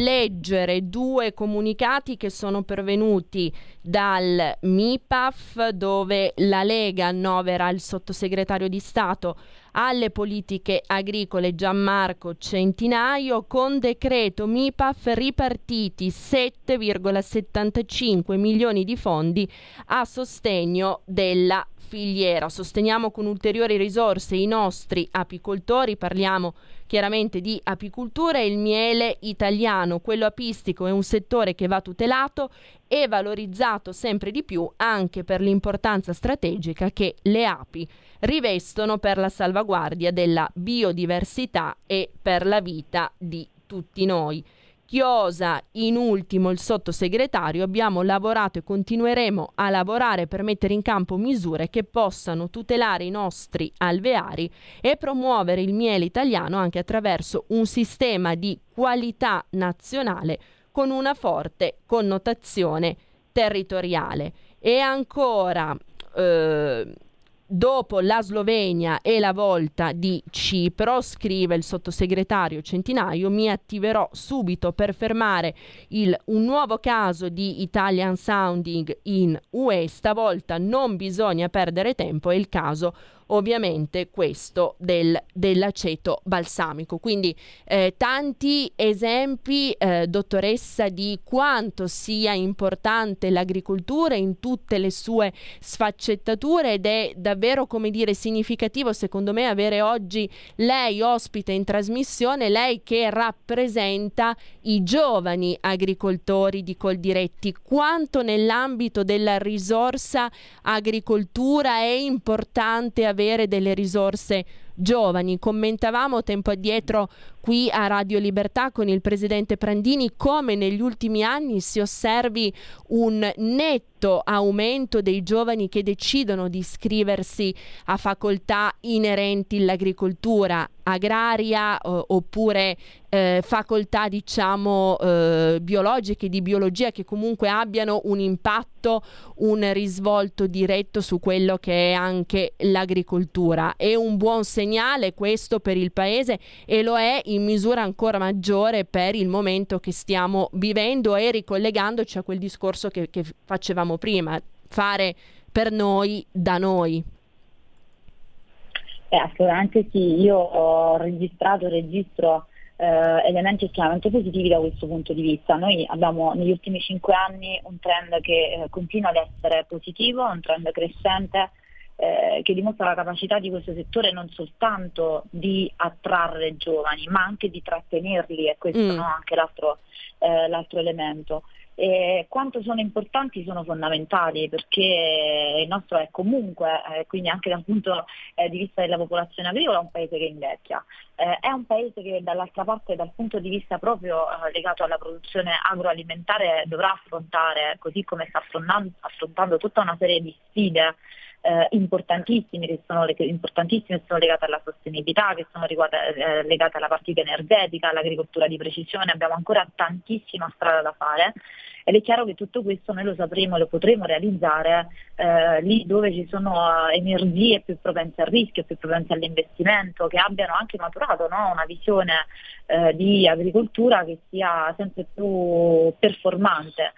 leggere due comunicati che sono pervenuti dal M I P A F, dove la Lega annovera il sottosegretario di Stato alle politiche agricole Gianmarco Centinaio. Con decreto M I P A F ripartiti sette virgola settantacinque milioni di fondi a sostegno della filiera. Sosteniamo con ulteriori risorse i nostri apicoltori, parliamo chiaramente di apicoltura, e il miele italiano, quello apistico, è un settore che va tutelato e valorizzato sempre di più anche per l'importanza strategica che le api rivestono per la salvaguardia della biodiversità e per la vita di tutti noi. Chiosa in ultimo il sottosegretario: abbiamo lavorato e continueremo a lavorare per mettere in campo misure che possano tutelare i nostri alveari e promuovere il miele italiano anche attraverso un sistema di qualità nazionale con una forte connotazione territoriale. E ancora eh, dopo la Slovenia e la volta di Cipro, scrive il sottosegretario Centinaio, mi attiverò subito per fermare il, un nuovo caso di Italian Sounding in U E. Stavolta non bisogna perdere tempo, è il caso ovviamente questo del, dell'aceto balsamico. Quindi eh, tanti esempi, eh, dottoressa, di quanto sia importante l'agricoltura in tutte le sue sfaccettature, ed è davvero, come dire, significativo secondo me avere oggi lei ospite in trasmissione, lei che rappresenta i giovani agricoltori di Coldiretti. Quanto nell'ambito della risorsa agricoltura è importante avere delle risorse giovani. Commentavamo tempo addietro qui a Radio Libertà con il presidente Prandini come negli ultimi anni si osservi un netto aumento dei giovani che decidono di iscriversi a facoltà inerenti all'agricoltura agraria eh, oppure eh, facoltà diciamo eh, biologiche, di biologia, che comunque abbiano un impatto, un risvolto diretto su quello che è anche l'agricoltura. È un buon segnale questo per il paese e lo è in misura ancora maggiore per il momento che stiamo vivendo, e ricollegandoci a quel discorso che, che facevamo prima, fare per noi da noi.
Eh, assolutamente sì, io ho registrato, registro eh, elementi estremamente positivi da questo punto di vista. Noi abbiamo negli ultimi cinque anni un trend che eh, continua ad essere positivo, un trend crescente, eh, che dimostra la capacità di questo settore non soltanto di attrarre giovani, ma anche di trattenerli, e questo mm. no, anche l'altro, eh, l'altro elemento. E quanto sono importanti, sono fondamentali, perché il nostro è comunque, eh, quindi anche dal punto eh, di vista della popolazione agricola, un paese che invecchia. Eh, è un paese che dall'altra parte, dal punto di vista proprio eh, legato alla produzione agroalimentare, dovrà affrontare, così come sta affrontando, affrontando tutta una serie di sfide Eh, importantissime che sono, le, importantissime che sono legate alla sostenibilità, che sono riguarda, eh, legate alla partita energetica, all'agricoltura di precisione. Abbiamo ancora tantissima strada da fare, ed è chiaro che tutto questo noi lo sapremo e lo potremo realizzare eh, lì dove ci sono energie più propense al rischio, più propense all'investimento, che abbiano anche maturato, no, una visione eh, di agricoltura che sia sempre più performante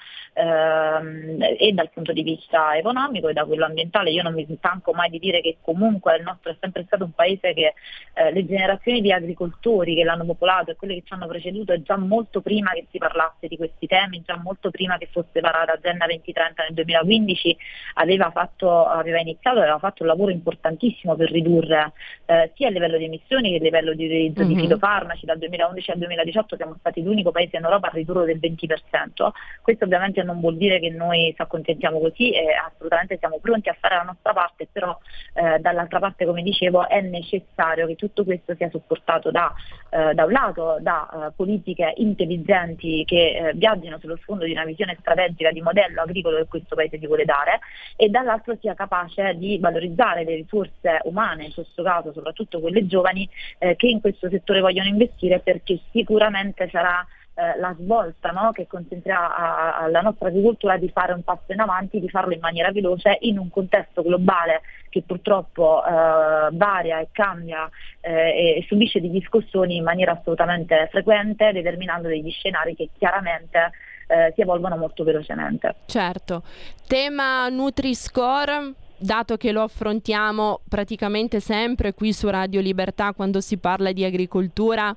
ehm, e dal punto di vista economico e da quello ambientale. Io non mi stanco mai di dire che comunque il nostro è sempre stato un paese che eh, le generazioni di agricoltori che l'hanno popolato e quelle che ci hanno preceduto, già molto prima che si parlasse di questi temi, già molto prima che fosse varata Agenda duemilatrenta nel duemilaquindici, aveva fatto, aveva iniziato, aveva fatto un lavoro importantissimo per ridurre eh, sia a livello di emissioni che a livello di utilizzo mm-hmm. di fitofarmaci. Dal duemilaundici al duemiladiciotto siamo stati l'unico paese in Europa a ridurlo del venti per cento. Questo ovviamente non vuol dire che noi ci accontentiamo così, e assolutamente siamo pronti a fare la nostra parte, però eh, dall'altra parte, come dicevo, è necessario che tutto questo sia supportato da, eh, da un lato da eh, politiche intelligenti che eh, viaggino sullo sfondo di una visione strategica di modello agricolo che questo paese si vuole dare, e dall'altro sia capace di valorizzare le risorse umane, in questo caso soprattutto quelle giovani eh, che in questo settore vogliono investire, perché sicuramente sarà eh, la svolta, no, che consentirà a, alla nostra agricoltura di fare un passo in avanti, di farlo in maniera veloce in un contesto globale che purtroppo eh, varia e cambia eh, e subisce degli scossoni in maniera assolutamente frequente, determinando degli scenari che chiaramente eh, si evolvono molto velocemente.
Certo. Tema Nutri-Score, dato che lo affrontiamo praticamente sempre qui su Radio Libertà quando si parla di agricoltura.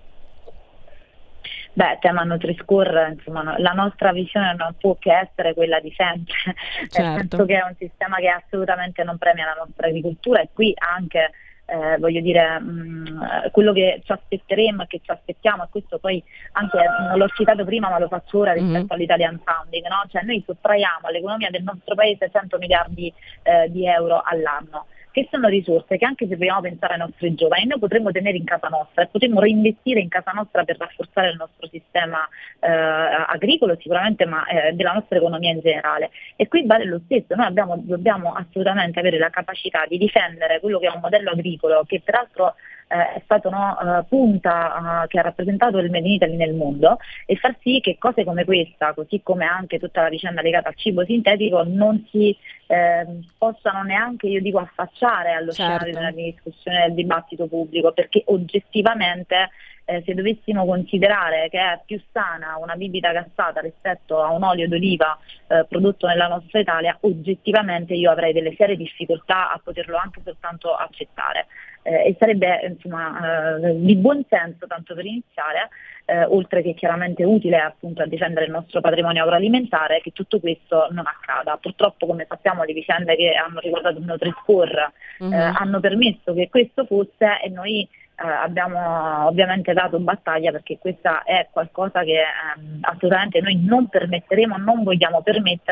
Beh, tema Nutri-Score, insomma, no, la nostra visione non può che essere quella di sempre, certo. Nel senso che è un sistema che assolutamente non premia la nostra agricoltura, e qui anche eh, voglio dire mh, quello che ci aspetteremo e che ci aspettiamo, e questo poi anche non l'ho citato prima ma lo faccio ora rispetto mm-hmm. all'Italian Sounding, no? Cioè noi sottraiamo all'economia del nostro paese cento miliardi eh, di euro all'anno, che sono risorse che, anche se vogliamo pensare ai nostri giovani, noi potremmo tenere in casa nostra e potremmo reinvestire in casa nostra per rafforzare il nostro sistema eh, agricolo sicuramente, ma eh, della nostra economia in generale. E qui vale lo stesso, noi abbiamo, dobbiamo assolutamente avere la capacità di difendere quello che è un modello agricolo che peraltro eh, è stato no, uh, punta uh, che ha rappresentato il Made in Italy nel mondo, e far sì che cose come questa, così come anche tutta la vicenda legata al cibo sintetico, non si eh, possano neanche, io dico, affacciare allo
certo.
scenario della discussione del dibattito pubblico, perché oggettivamente eh, se dovessimo considerare che è più sana una bibita gassata rispetto a un olio d'oliva eh, prodotto nella nostra Italia, oggettivamente io avrei delle serie difficoltà a poterlo anche soltanto accettare. Eh, e sarebbe insomma eh, di buon senso, tanto per iniziare, eh, oltre che chiaramente utile appunto a difendere il nostro patrimonio agroalimentare, che tutto questo non accada. Purtroppo, come sappiamo, le vicende che hanno riguardato il Nutri-Score mm-hmm. eh, hanno permesso che questo fosse, e noi eh, abbiamo ovviamente dato battaglia, perché questa è qualcosa che ehm, assolutamente noi non permetteremo, non vogliamo permettere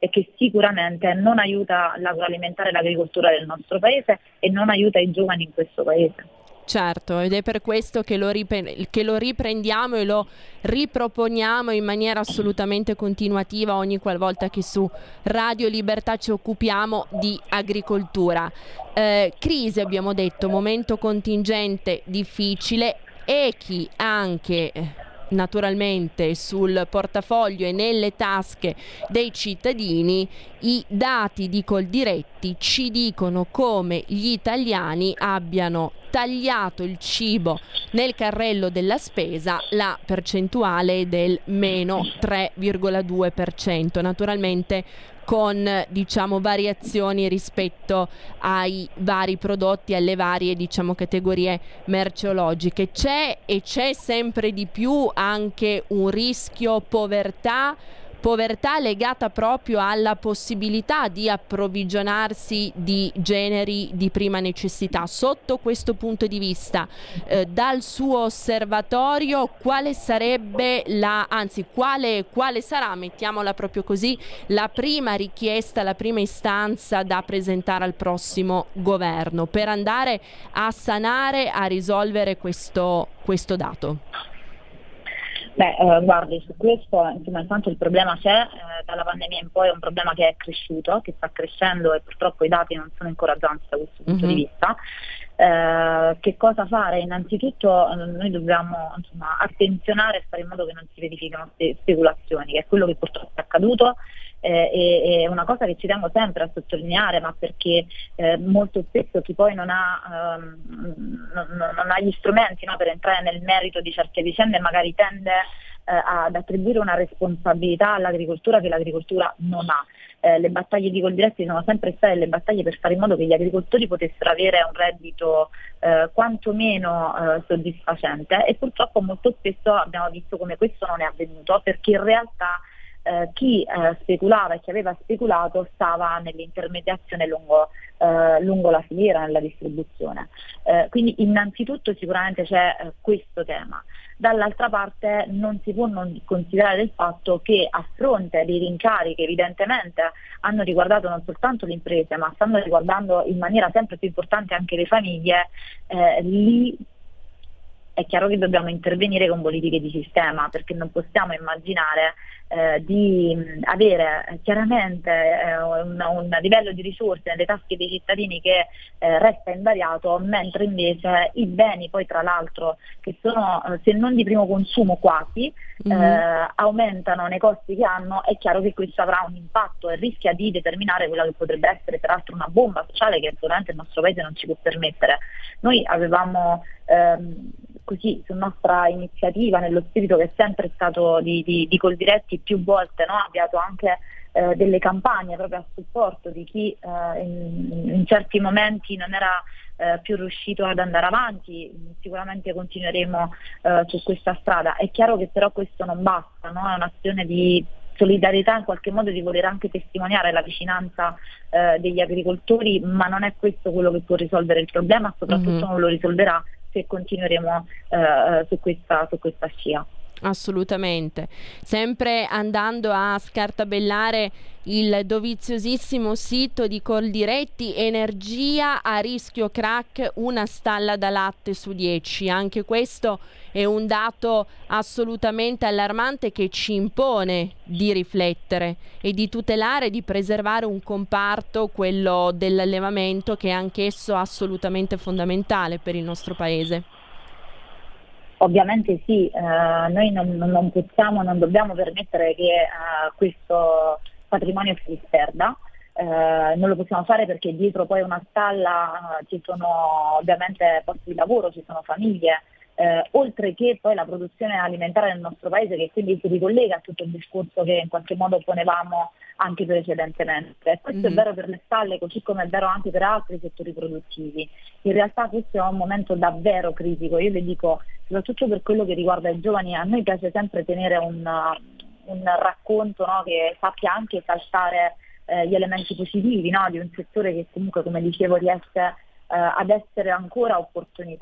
e che sicuramente non aiuta l'agroalimentare e l'agricoltura del nostro paese e non aiuta i giovani in questo paese.
Certo, ed è per questo che lo, ripre- che lo riprendiamo e lo riproponiamo in maniera assolutamente continuativa ogni qualvolta che su Radio Libertà ci occupiamo di agricoltura. Eh, crisi, abbiamo detto, momento contingente difficile, echi anche naturalmente sul portafoglio e nelle tasche dei cittadini. I dati di Coldiretti ci dicono come gli italiani abbiano tagliato il cibo nel carrello della spesa, la percentuale è del meno tre virgola due per cento, naturalmente con diciamo variazioni rispetto ai vari prodotti, alle varie diciamo categorie merceologiche. C'è e c'è sempre di più anche un rischio povertà Povertà legata proprio alla possibilità di approvvigionarsi di generi di prima necessità. Sotto questo punto di vista, eh, dal suo osservatorio, quale sarebbe la, anzi quale, quale sarà, mettiamola proprio così, la prima richiesta, la prima istanza da presentare al prossimo governo per andare a sanare, a risolvere questo, questo dato?
Beh, eh, guardi, su questo insomma, intanto il problema c'è, eh, dalla pandemia in poi è un problema che è cresciuto, che sta crescendo e purtroppo i dati non sono incoraggianti da questo punto mm-hmm. di vista. Eh, che cosa fare? Innanzitutto eh, noi dobbiamo insomma, attenzionare e fare in modo che non si verifichino spe- speculazioni, che è quello che purtroppo è accaduto. Eh, è una cosa che ci tengo sempre a sottolineare, ma perché eh, molto spesso chi poi non ha, ehm, non, non ha gli strumenti no, per entrare nel merito di certe vicende magari tende eh, ad attribuire una responsabilità all'agricoltura che l'agricoltura non ha. Eh, le battaglie di Coldiretti sono sempre state le battaglie per fare in modo che gli agricoltori potessero avere un reddito eh, quantomeno eh, soddisfacente, e purtroppo molto spesso abbiamo visto come questo non è avvenuto, perché in realtà Eh, chi eh, speculava e chi aveva speculato stava nell'intermediazione lungo, eh, lungo la filiera, nella distribuzione. Eh, quindi innanzitutto sicuramente c'è eh, questo tema. Dall'altra parte non si può non considerare il fatto che a fronte dei rincari che evidentemente hanno riguardato non soltanto le imprese, ma stanno riguardando in maniera sempre più importante anche le famiglie, eh, lì è chiaro che dobbiamo intervenire con politiche di sistema, perché non possiamo immaginare eh, di avere chiaramente eh, un, un livello di risorse nelle tasche dei cittadini che eh, resta invariato, mentre invece i beni poi tra l'altro che sono eh, se non di primo consumo quasi mm-hmm. eh, aumentano nei costi che hanno. È chiaro che questo avrà un impatto e rischia di determinare quella che potrebbe essere peraltro una bomba sociale che assolutamente il nostro paese non ci può permettere. Noi avevamo ehm, così su nostra iniziativa, nello spirito che è sempre stato di, di, di Coldiretti, più volte no? avviato anche eh, delle campagne proprio a supporto di chi eh, in, in certi momenti non era eh, più riuscito ad andare avanti. Sicuramente continueremo eh, su questa strada. È chiaro che però questo non basta, no? È un'azione di solidarietà, in qualche modo di voler anche testimoniare la vicinanza eh, degli agricoltori, ma non è questo quello che può risolvere il problema, soprattutto mm-hmm. non lo risolverà se continueremo eh, su questa, su questa scia.
Assolutamente, sempre andando a scartabellare il doviziosissimo sito di Coldiretti, energia a rischio crack, una stalla da latte su dieci. Anche questo è un dato assolutamente allarmante che ci impone di riflettere e di tutelare, di preservare un comparto, quello dell'allevamento, che è anch'esso assolutamente fondamentale per il nostro paese.
Ovviamente sì, eh, noi non, non possiamo, non dobbiamo permettere che eh, questo patrimonio si disperda, eh, non lo possiamo fare perché dietro poi una stalla eh, ci sono ovviamente posti di lavoro, ci sono famiglie, eh, oltre che poi la produzione alimentare nel nostro paese, che quindi si ricollega a tutto il discorso che in qualche modo ponevamo anche precedentemente. Questo mm-hmm. è vero per le stalle, così come è vero anche per altri settori produttivi. In realtà questo è un momento davvero critico. Io le dico, soprattutto per quello che riguarda i giovani, a noi piace sempre tenere un, un racconto no, che sappia anche esaltare eh, gli elementi positivi no, di un settore che comunque, come dicevo, riesce eh, ad essere ancora opportunità.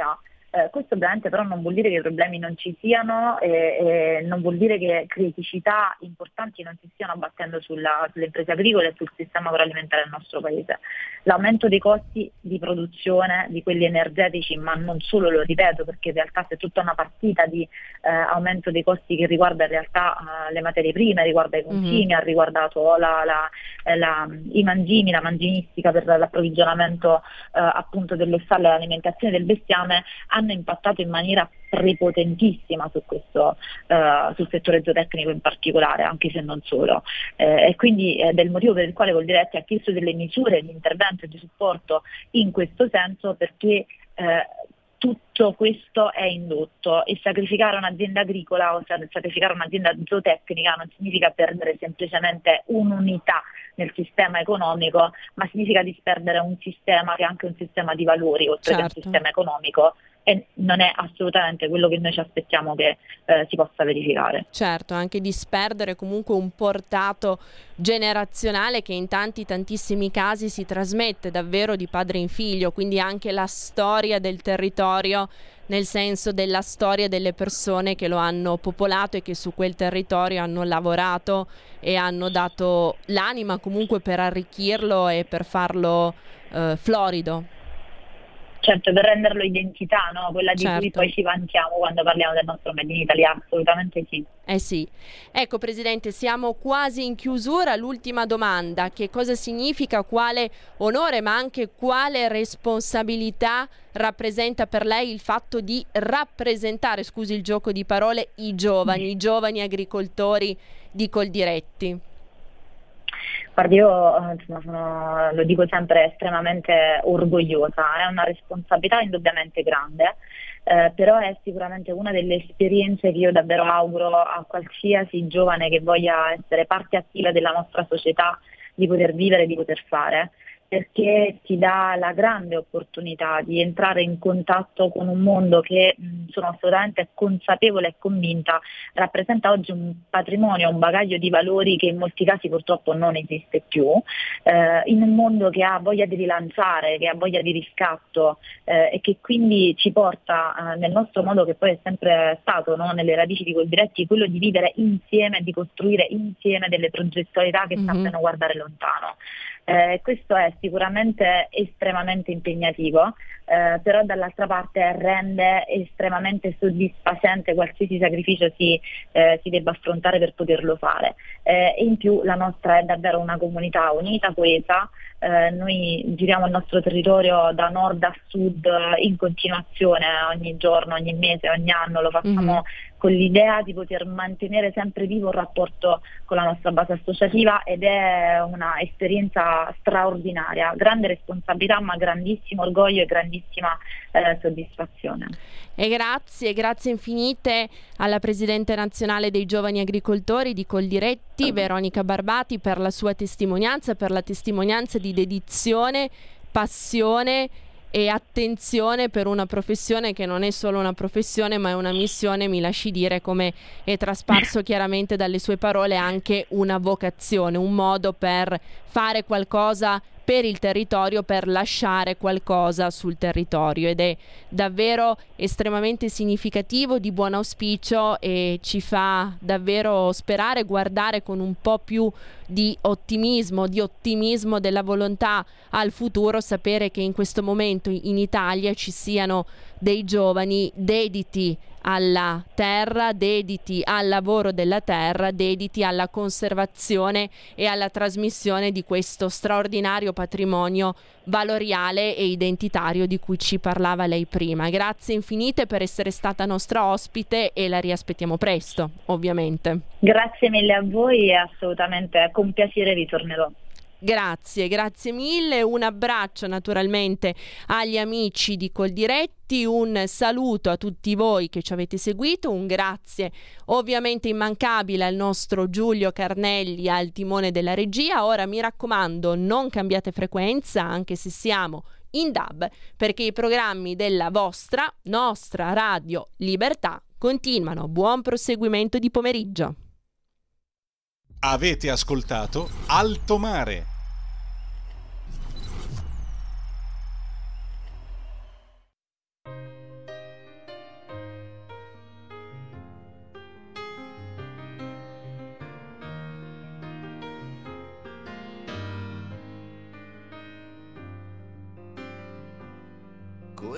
Eh, questo ovviamente però non vuol dire che i problemi non ci siano e, e non vuol dire che criticità importanti non si stiano abbattendo sulla, sulle imprese agricole e sul sistema agroalimentare del nostro paese. L'aumento dei costi di produzione di quelli energetici, ma non solo, lo ripeto, perché in realtà c'è tutta una partita di eh, aumento dei costi che riguarda in realtà eh, le materie prime, riguarda i consumi, mm-hmm. ha riguardato la, la, la, i mangimi, la mangimistica per l'approvvigionamento eh, appunto delle stalle e l'alimentazione del bestiame, hanno impattato in maniera prepotentissima su questo, uh, sul settore zootecnico in particolare, anche se non solo. Eh, e quindi è eh, del motivo per il quale Coldiretti ha chiesto delle misure di intervento e di supporto in questo senso, perché eh, tutto questo è indotto, e sacrificare un'azienda agricola o sacrificare un'azienda zootecnica non significa perdere semplicemente un'unità nel sistema economico, ma significa disperdere un sistema che è anche un sistema di valori, oltre certo. che un sistema economico, e non è assolutamente quello che noi ci aspettiamo che eh, si possa verificare.
Certo, anche disperdere comunque un portato generazionale che in tanti tantissimi casi si trasmette davvero di padre in figlio, quindi anche la storia del territorio, nel senso della storia delle persone che lo hanno popolato e che su quel territorio hanno lavorato e hanno dato l'anima comunque per arricchirlo e per farlo eh, florido.
Certo, per renderlo identità, no? Quella di
certo.
cui poi ci vantiamo quando parliamo del nostro Made in Italy, assolutamente sì.
Eh sì. Ecco Presidente, siamo quasi in chiusura. L'ultima domanda: che cosa significa, quale onore ma anche quale responsabilità rappresenta per lei il fatto di rappresentare, scusi il gioco di parole, i giovani, mm. i giovani agricoltori di Coldiretti?
Guardi, io insomma, sono, lo dico sempre, estremamente orgogliosa, è una responsabilità indubbiamente grande, eh, però è sicuramente una delle esperienze che io davvero auguro a qualsiasi giovane che voglia essere parte attiva della nostra società di poter vivere, di poter fare, perché ti dà la grande opportunità di entrare in contatto con un mondo che, mh, sono assolutamente consapevole e convinta, rappresenta oggi un patrimonio, un bagaglio di valori che in molti casi purtroppo non esiste più, eh, in un mondo che ha voglia di rilanciare, che ha voglia di riscatto eh, e che quindi ci porta eh, nel nostro modo, che poi è sempre stato, no, nelle radici di Coldiretti, quello di vivere insieme, di costruire insieme delle progettualità che mm-hmm. sappiano guardare lontano. Eh, questo è sicuramente estremamente impegnativo, eh, però dall'altra parte rende estremamente soddisfacente qualsiasi sacrificio si, eh, si debba affrontare per poterlo fare. Eh, e in più la nostra è davvero una comunità unita, coesa. Eh, noi giriamo il nostro territorio da nord a sud in continuazione, ogni giorno, ogni mese, ogni anno, lo facciamo mm-hmm. con l'idea di poter mantenere sempre vivo un rapporto con la nostra base associativa, ed è una esperienza straordinaria, grande responsabilità ma grandissimo orgoglio e grandissima eh, soddisfazione.
E grazie, grazie infinite alla Presidente Nazionale dei Giovani Agricoltori di Coldiretti, Veronica Barbati, per la sua testimonianza, per la testimonianza di dedizione, passione e attenzione per una professione che non è solo una professione ma è una missione, mi lasci dire, come è trasparso chiaramente dalle sue parole, anche una vocazione, un modo per fare qualcosa per il territorio, per lasciare qualcosa sul territorio, ed è davvero estremamente significativo, di buon auspicio, e ci fa davvero sperare, guardare con un po' più di ottimismo, di ottimismo della volontà al futuro, sapere che in questo momento in Italia ci siano dei giovani dediti alla terra, dediti al lavoro della terra, dediti alla conservazione e alla trasmissione di questo straordinario patrimonio valoriale e identitario di cui ci parlava lei prima. Grazie infinite per essere stata nostra ospite e la riaspettiamo presto, ovviamente.
Grazie mille a voi e assolutamente con piacere ritornerò.
Grazie, grazie mille, un abbraccio naturalmente agli amici di Coldiretti, un saluto a tutti voi che ci avete seguito, un grazie ovviamente immancabile al nostro Giulio Carnelli al timone della regia. Ora mi raccomando, non cambiate frequenza, anche se siamo in D A B, perché i programmi della vostra, nostra Radio Libertà continuano. Buon proseguimento di pomeriggio.
Avete ascoltato Alto Mare.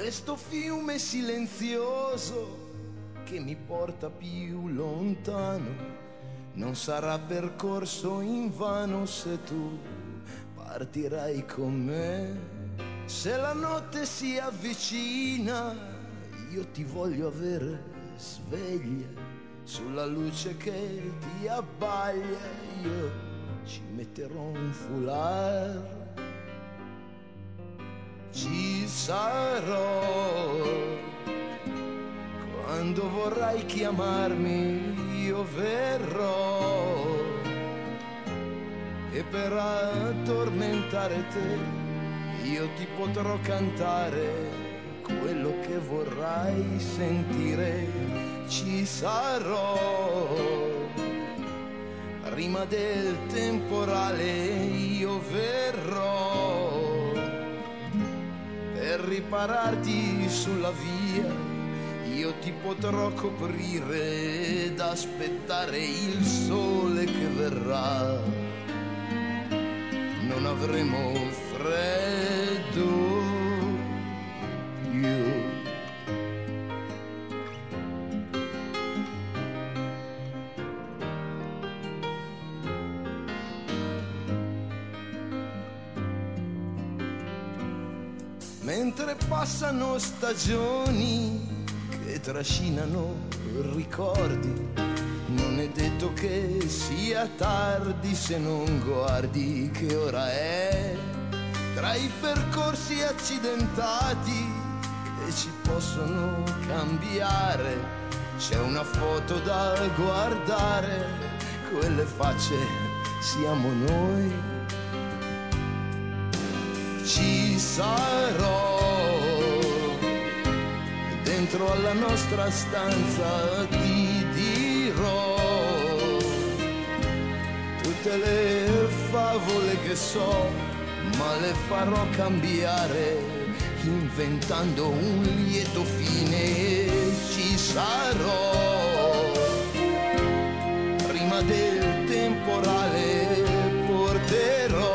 questo fiume silenzioso che mi porta più lontano non sarà percorso invano se tu partirai con me. Se la notte si avvicina, io ti voglio avere sveglia sulla luce che ti abbaglia. Io ci metterò un foulard, ci sarò quando vorrai chiamarmi, io verrò, e per addormentare te io ti potrò cantare quello che vorrai sentire. Ci sarò prima del temporale, io verrò per ripararti sulla via. Io ti potrò coprire ed aspettare il sole che verrà. Non avremo freddo più. Mentre passano stagioni che trascinano ricordi, non è detto che sia tardi se non guardi che ora è. Tra i percorsi accidentati che ci possono cambiare, c'è una foto da guardare, quelle facce siamo noi. Ci sarò dentro alla nostra stanza, ti dirò tutte le favole che so, ma le farò cambiare inventando un lieto fine. Ci sarò prima del temporale, porterò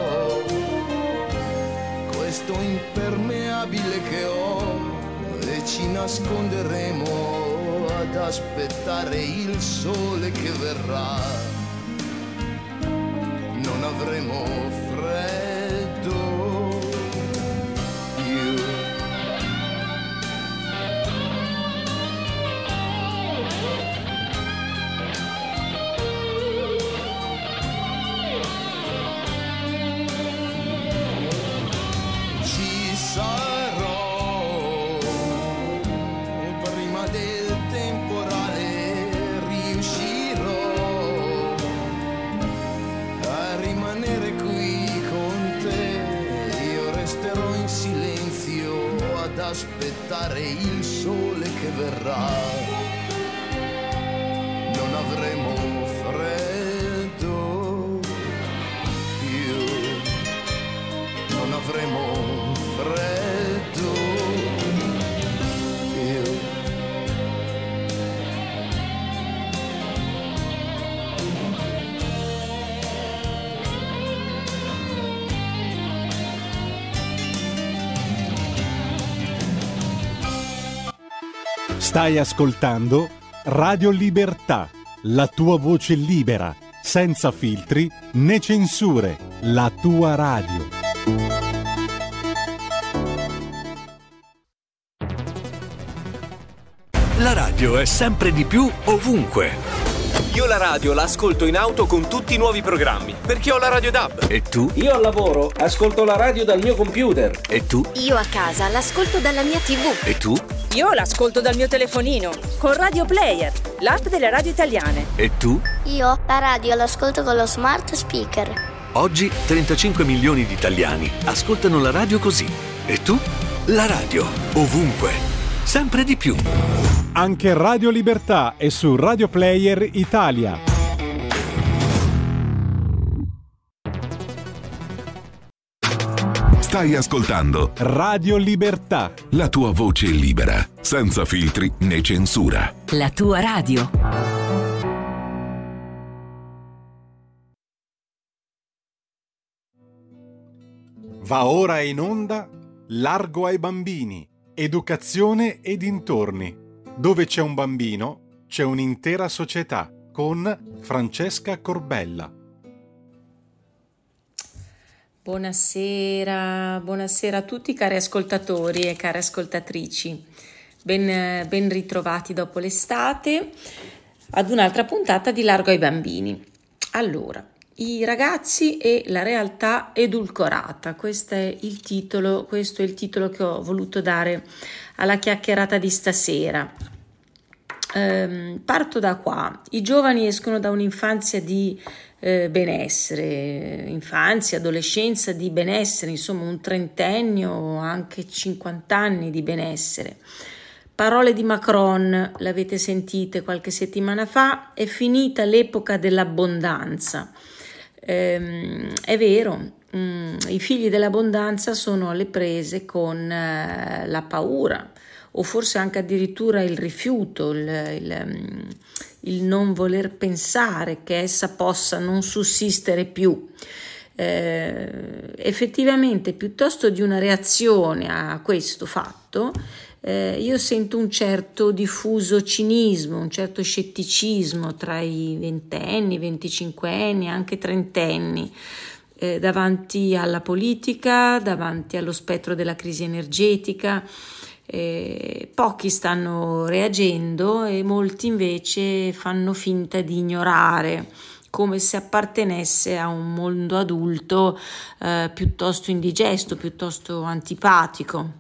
questo impermeabile che ho e ci nasconderemo ad aspettare il sole che verrà. Non avremo freddo più. Ci sarò prima del temporale, riuscirò a rimanere qui con te. Io resterò in silenzio ad aspettare il sole che verrà. Non avremo freddo più. Non avremo freddo più.
Stai ascoltando Radio Libertà, la tua voce libera, senza filtri né censure, la tua radio.
La radio è sempre di più ovunque.
Io la radio la ascolto in auto con tutti i nuovi programmi, perché ho la Radio D A B.
E tu?
Io al lavoro ascolto la radio dal mio computer.
E tu?
Io a casa l'ascolto dalla mia tivù.
E tu?
Io l'ascolto dal mio telefonino, con Radio Player, l'app delle radio italiane.
E tu?
Io la radio l'ascolto con lo smart speaker.
Oggi trentacinque milioni di italiani ascoltano la radio così. E tu? La radio, ovunque, sempre di più.
Anche Radio Libertà è su Radio Player Italia.
Stai ascoltando
Radio Libertà,
la tua voce libera, senza filtri né censura.
La tua radio.
Va ora in onda Largo ai bambini, Educazione e dintorni. Dove c'è un bambino, c'è un'intera società, con Francesca Corbella.
Buonasera, buonasera a tutti cari ascoltatori e care ascoltatrici. Ben, ben ritrovati dopo l'estate ad un'altra puntata di Largo ai bambini. Allora, i ragazzi e la realtà edulcorata, questo è il titolo, questo è il titolo che ho voluto dare alla chiacchierata di stasera. Ehm, parto da qua. I giovani escono da un'infanzia di eh, benessere, infanzia, adolescenza di benessere, insomma un trentennio o anche cinquanta anni di benessere. Parole di Macron, l'avete sentite qualche settimana fa, è finita l'epoca dell'abbondanza. Ehm, è vero, mh, i figli dell'abbondanza sono alle prese con eh, la paura o forse anche addirittura il rifiuto, il, il, il non voler pensare che essa possa non sussistere più. Eh, effettivamente, piuttosto di una reazione a questo fatto, eh, io sento un certo diffuso cinismo, un certo scetticismo tra i ventenni, venticinquenni, anche trentenni, eh, davanti alla politica, davanti allo spettro della crisi energetica. Eh, pochi stanno reagendo e molti invece fanno finta di ignorare, come se appartenesse a un mondo adulto eh, piuttosto indigesto, piuttosto antipatico.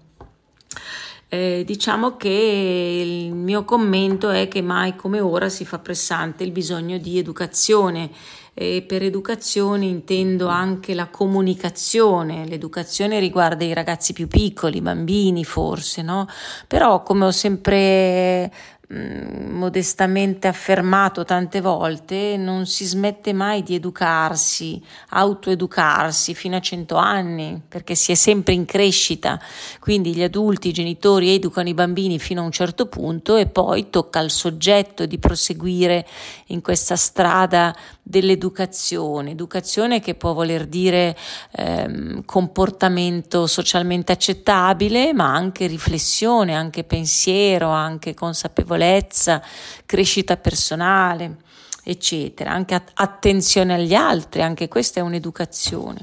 Eh, diciamo che il mio commento è che mai come ora si fa pressante il bisogno di educazione. E per educazione intendo anche la comunicazione. L'educazione riguarda i ragazzi più piccoli, i bambini forse, no? Però come ho sempre mh, modestamente affermato tante volte, non si smette mai di educarsi, autoeducarsi fino a cento anni, perché si è sempre in crescita. Quindi gli adulti, i genitori educano i bambini fino a un certo punto e poi tocca al soggetto di proseguire in questa strada dell'educazione, educazione che può voler dire ehm, comportamento socialmente accettabile, ma anche riflessione, anche pensiero, anche consapevolezza, crescita personale, eccetera, anche att- attenzione agli altri, anche questa è un'educazione.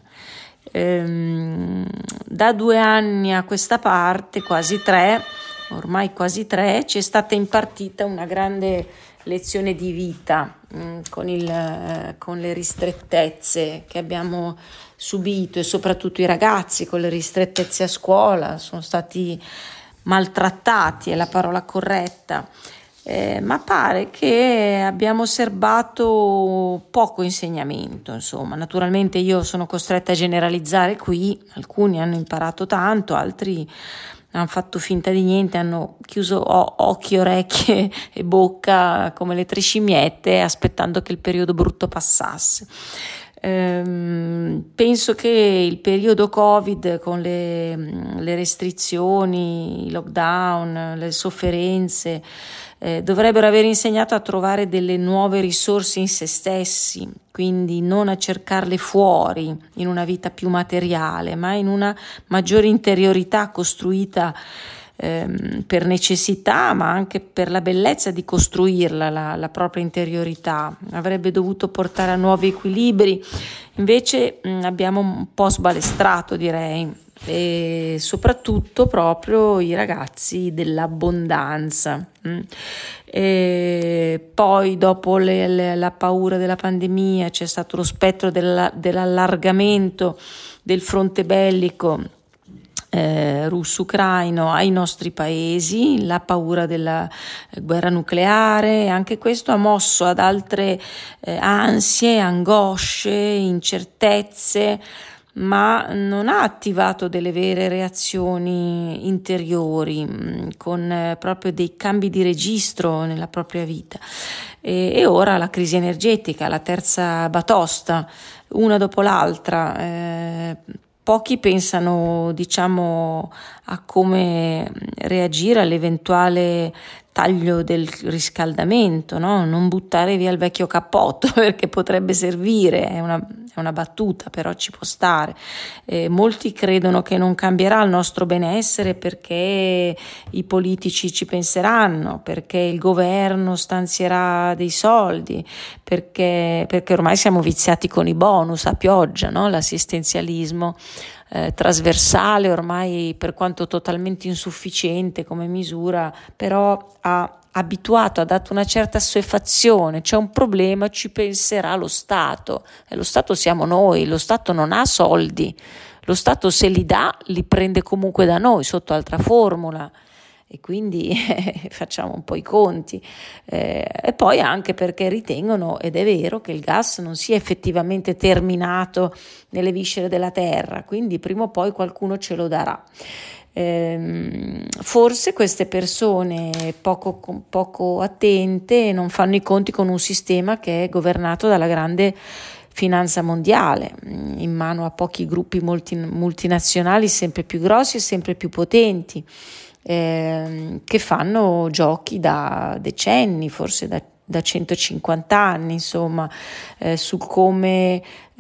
Ehm, da due anni a questa parte, quasi tre, ormai quasi tre, ci è stata impartita una grande lezione di vita mh, con, il, eh, con le ristrettezze che abbiamo subito e soprattutto i ragazzi con le ristrettezze a scuola sono stati maltrattati, è la parola corretta, eh, ma pare che abbiamo serbato poco insegnamento, insomma. Naturalmente io sono costretta a generalizzare qui, alcuni hanno imparato tanto, altri hanno fatto finta di niente, hanno chiuso occhi, orecchie e bocca come le tre scimmiette aspettando che il periodo brutto passasse. Ehm, penso che il periodo Covid con le, le restrizioni, i lockdown, le sofferenze eh, dovrebbero aver insegnato a trovare delle nuove risorse in se stessi, quindi non a cercarle fuori in una vita più materiale, ma in una maggiore interiorità costruita ehm, per necessità, ma anche per la bellezza di costruirla, la, la propria interiorità. Avrebbe dovuto portare a nuovi equilibri, invece mh, abbiamo un po' sbalestrato, direi, e soprattutto proprio i ragazzi dell'abbondanza. E poi dopo le, le, la paura della pandemia c'è stato lo spettro della, dell'allargamento del fronte bellico eh, russo-ucraino ai nostri paesi, la paura della guerra nucleare, anche questo ha mosso ad altre eh, ansie, angosce, incertezze, ma non ha attivato delle vere reazioni interiori con eh, proprio dei cambi di registro nella propria vita. E, e ora la crisi energetica, la terza batosta, una dopo l'altra. Eh, pochi pensano, diciamo, a come reagire all'eventuale taglio del riscaldamento, no? Non buttare via il vecchio cappotto perché potrebbe servire, è una, è una battuta, però ci può stare. Eh, molti credono che non cambierà il nostro benessere perché i politici ci penseranno, perché il governo stanzierà dei soldi, perché, perché ormai siamo viziati con i bonus a pioggia, no? L'assistenzialismo Eh, trasversale, ormai per quanto totalmente insufficiente come misura, però ha abituato, ha dato una certa assuefazione. C'è un problema, ci penserà lo Stato, e lo Stato siamo noi. Lo Stato non ha soldi, lo Stato se li dà li prende comunque da noi sotto altra formula, e quindi eh, facciamo un po' i conti, eh, e poi anche perché ritengono, ed è vero, che il gas non sia effettivamente terminato nelle viscere della terra, quindi prima o poi qualcuno ce lo darà. Eh, forse queste persone poco, poco attente non fanno i conti con un sistema che è governato dalla grande finanza mondiale, in mano a pochi gruppi multi, multinazionali sempre più grossi e sempre più potenti, Eh, che fanno giochi da decenni, forse da, da centocinquanta anni, insomma, eh, su come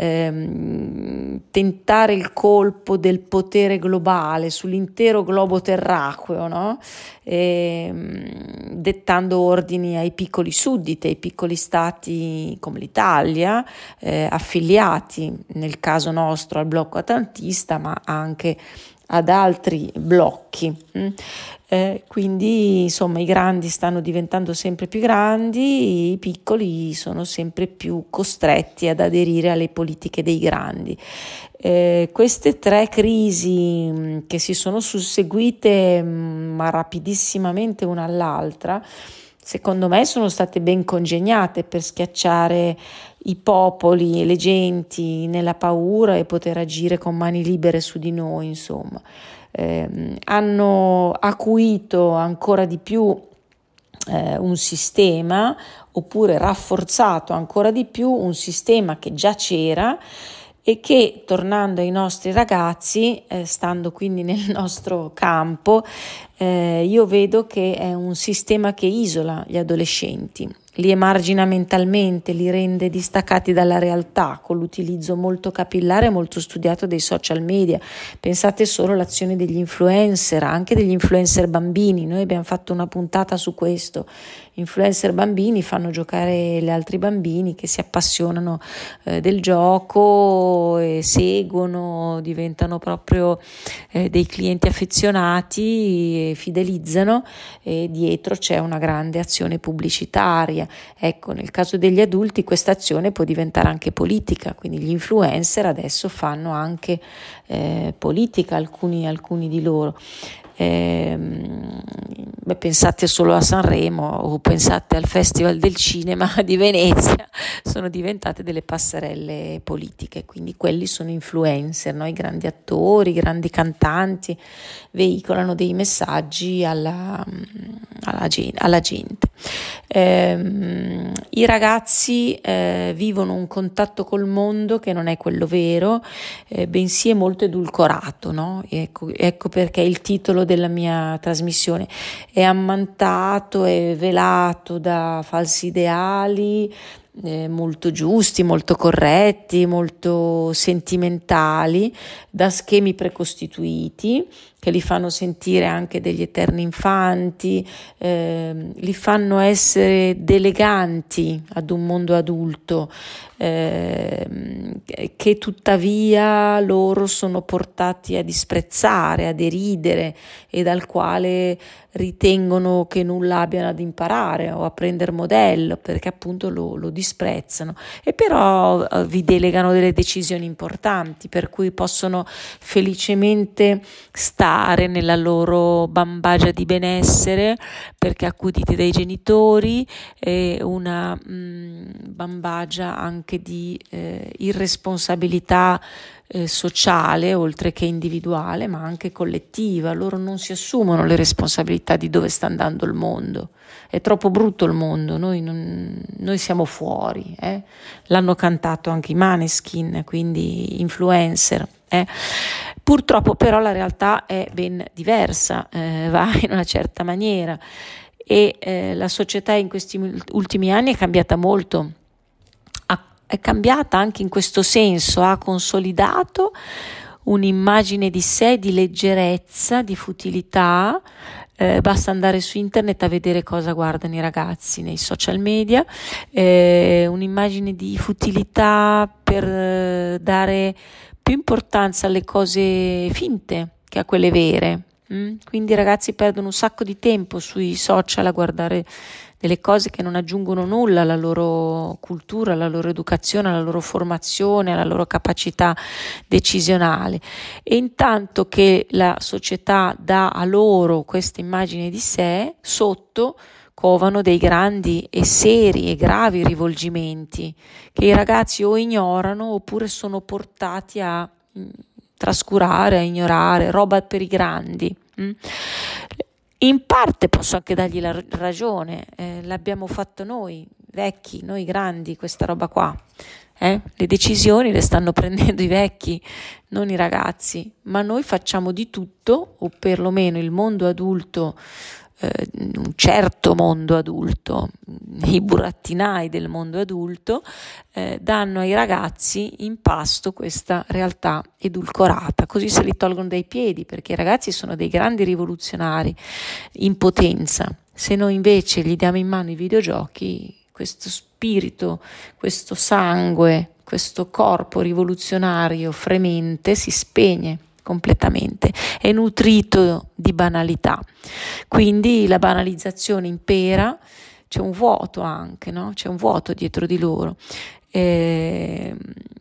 ehm, tentare il colpo del potere globale sull'intero globo terracqueo, no? E, dettando ordini ai piccoli sudditi, ai piccoli stati come l'Italia, eh, affiliati nel caso nostro al blocco atlantista, ma anche ad altri blocchi. Eh, quindi insomma i grandi stanno diventando sempre più grandi, i piccoli sono sempre più costretti ad aderire alle politiche dei grandi. Eh, queste tre crisi mh, che si sono susseguite mh, ma rapidissimamente una all'altra, secondo me sono state ben congegnate per schiacciare i popoli e le genti nella paura e poter agire con mani libere su di noi, insomma. Eh, hanno acuito ancora di più eh, un sistema, oppure rafforzato ancora di più un sistema che già c'era e che, tornando ai nostri ragazzi, eh, stando quindi nel nostro campo, eh, io vedo che è un sistema che isola gli adolescenti, li emargina mentalmente, li rende distaccati dalla realtà con l'utilizzo molto capillare e molto studiato dei social media. Pensate solo all'azione degli influencer, anche degli influencer bambini. Noi abbiamo fatto una puntata su questo. Influencer bambini fanno giocare gli altri bambini che si appassionano eh, del gioco e seguono, diventano proprio eh, dei clienti affezionati, e fidelizzano, e dietro c'è una grande azione pubblicitaria. Ecco, nel caso degli adulti questa azione può diventare anche politica, quindi gli influencer adesso fanno anche eh, politica, alcuni, alcuni di loro. Eh, beh, pensate solo a Sanremo o pensate al Festival del Cinema di Venezia, sono diventate delle passerelle politiche, quindi quelli sono influencer, no? I grandi attori, i grandi cantanti veicolano dei messaggi alla, alla, alla gente. Eh, i ragazzi eh, vivono un contatto col mondo che non è quello vero, eh, bensì è molto edulcorato, no? Ecco, ecco perché il titolo della mia trasmissione è ammantato e velato da falsi ideali eh, molto giusti, molto corretti, molto sentimentali, da schemi precostituiti che li fanno sentire anche degli eterni infanti, eh, li fanno essere deleganti ad un mondo adulto, eh, che tuttavia loro sono portati a disprezzare, a deridere, e dal quale ritengono che nulla abbiano ad imparare o a prendere modello, perché appunto lo, lo disprezzano, e però eh, vi delegano delle decisioni importanti, per cui possono felicemente stare nella loro bambagia di benessere perché accuditi dai genitori, e una mh, bambagia anche di eh, irresponsabilità eh, sociale oltre che individuale, ma anche collettiva. Loro non si assumono le responsabilità di dove sta andando il mondo. È troppo brutto il mondo, noi, non, noi siamo fuori, eh? L'hanno cantato anche i Maneskin, quindi influencer. Eh. Purtroppo però la realtà è ben diversa, eh, va in una certa maniera, e eh, la società in questi ultimi anni è cambiata molto, ha, è cambiata anche in questo senso, ha consolidato un'immagine di sé di leggerezza, di futilità. Eh, basta andare su internet a vedere cosa guardano i ragazzi nei social media, eh, un'immagine di futilità per eh, dare più importanza alle cose finte che a quelle vere. Mm? Quindi i ragazzi perdono un sacco di tempo sui social a guardare delle cose che non aggiungono nulla alla loro cultura, alla loro educazione, alla loro formazione, alla loro capacità decisionale. E intanto che la società dà a loro questa immagine di sé, sotto covano dei grandi e seri e gravi rivolgimenti che i ragazzi o ignorano oppure sono portati a mh, trascurare, a ignorare, roba per i grandi. Mh. In parte posso anche dargli la ragione, eh, l'abbiamo fatto noi vecchi, noi grandi, questa roba qua. Eh? Le decisioni le stanno prendendo i vecchi, non i ragazzi, ma noi facciamo di tutto, o perlomeno il mondo adulto, eh, un certo mondo adulto, i burattinai del mondo adulto, eh, danno ai ragazzi in pasto questa realtà edulcorata, così se li tolgono dai piedi, perché i ragazzi sono dei grandi rivoluzionari in potenza. Se noi invece gli diamo in mano i videogiochi, questo spirito, questo sangue, questo corpo rivoluzionario fremente si spegne completamente, è nutrito di banalità. Quindi la banalizzazione impera, c'è un vuoto anche, no? C'è un vuoto dietro di loro. Eh,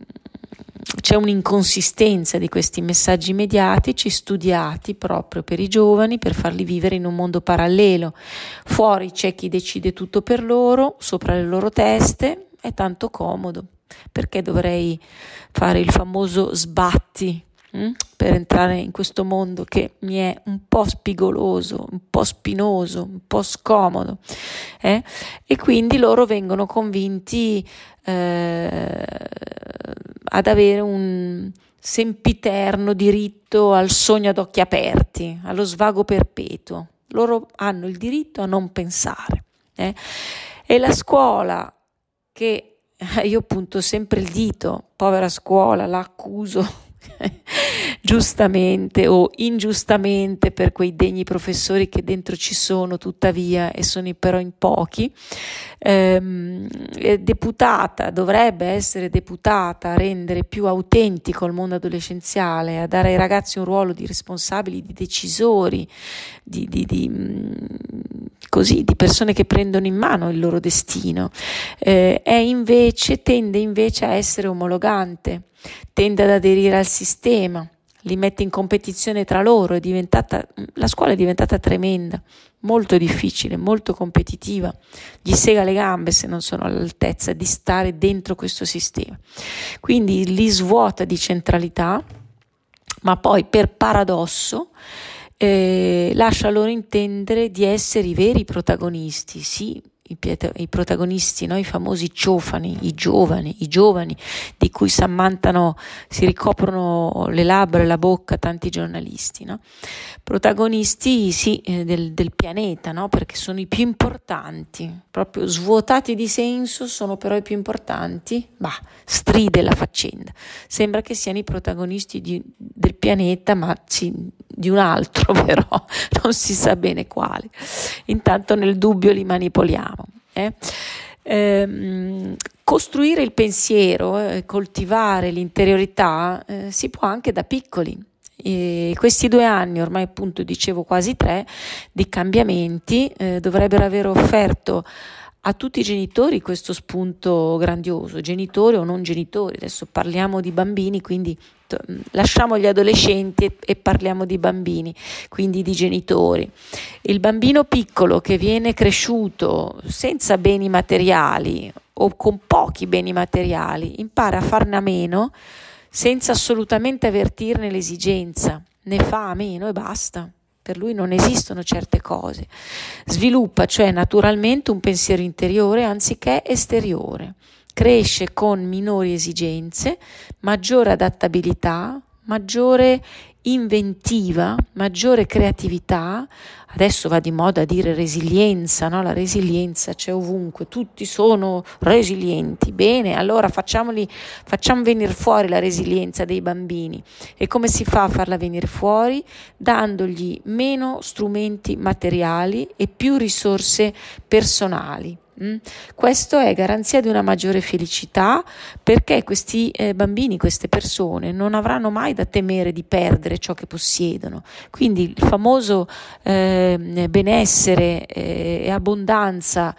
c'è un'inconsistenza di questi messaggi mediatici studiati proprio per i giovani, per farli vivere in un mondo parallelo. Fuori c'è chi decide tutto per loro, sopra le loro teste, è tanto comodo. Perché dovrei fare il famoso sbatti hm? per entrare in questo mondo che mi è un po' spigoloso, un po' spinoso, un po' scomodo, eh? E quindi loro vengono convinti eh, ad avere un sempiterno diritto al sogno ad occhi aperti, allo svago perpetuo. Loro hanno il diritto a non pensare, eh? E la scuola, che io punto sempre il dito, povera scuola, la accuso giustamente o ingiustamente per quei degni professori che dentro ci sono tuttavia e sono però in pochi, ehm, è deputata, dovrebbe essere deputata a rendere più autentico il mondo adolescenziale, a dare ai ragazzi un ruolo di responsabili, di decisori, di, di, di così, di persone che prendono in mano il loro destino. Eh, è invece, tende invece a essere omologante, tende ad aderire al sistema, li mette in competizione tra loro, è diventata, la scuola è diventata tremenda, molto difficile, molto competitiva, gli sega le gambe se non sono all'altezza di stare dentro questo sistema. Quindi li svuota di centralità, ma poi per paradosso eh, lascia loro intendere di essere i veri protagonisti, sì, I, i protagonisti, no? I famosi ciofani, i giovani, i giovani di cui si ammantano, si ricoprono le labbra e la bocca tanti giornalisti, no? Protagonisti sì del, del pianeta, no? Perché sono i più importanti, proprio svuotati di senso, sono però i più importanti. Bah, stride la faccenda, sembra che siano i protagonisti di, del pianeta, ma sì, di un altro però, non si sa bene quale. Intanto nel dubbio li manipoliamo. Eh? Eh, costruire il pensiero, eh, coltivare l'interiorità eh, si può anche da piccoli. E questi due anni, ormai appunto dicevo quasi tre, di cambiamenti eh, dovrebbero aver offerto a tutti i genitori questo spunto grandioso, genitori o non genitori. Adesso parliamo di bambini, quindi t- lasciamo gli adolescenti e, e parliamo di bambini, quindi di genitori. Il bambino piccolo che viene cresciuto senza beni materiali o con pochi beni materiali impara a farne a meno senza assolutamente avvertirne l'esigenza, ne fa a meno e basta. Per lui non esistono certe cose. Sviluppa, cioè naturalmente, un pensiero interiore anziché esteriore. Cresce con minori esigenze, maggiore adattabilità, maggiore inventiva, maggiore creatività, adesso va di moda dire resilienza, no? La resilienza c'è ovunque, tutti sono resilienti. Bene, allora facciamoli, facciamo venire fuori la resilienza dei bambini. E come si fa a farla venire fuori? Dandogli meno strumenti materiali e più risorse personali. Mm. Questo è garanzia di una maggiore felicità, perché questi eh, bambini, queste persone non avranno mai da temere di perdere ciò che possiedono. Quindi il famoso eh, benessere eh, e abbondanza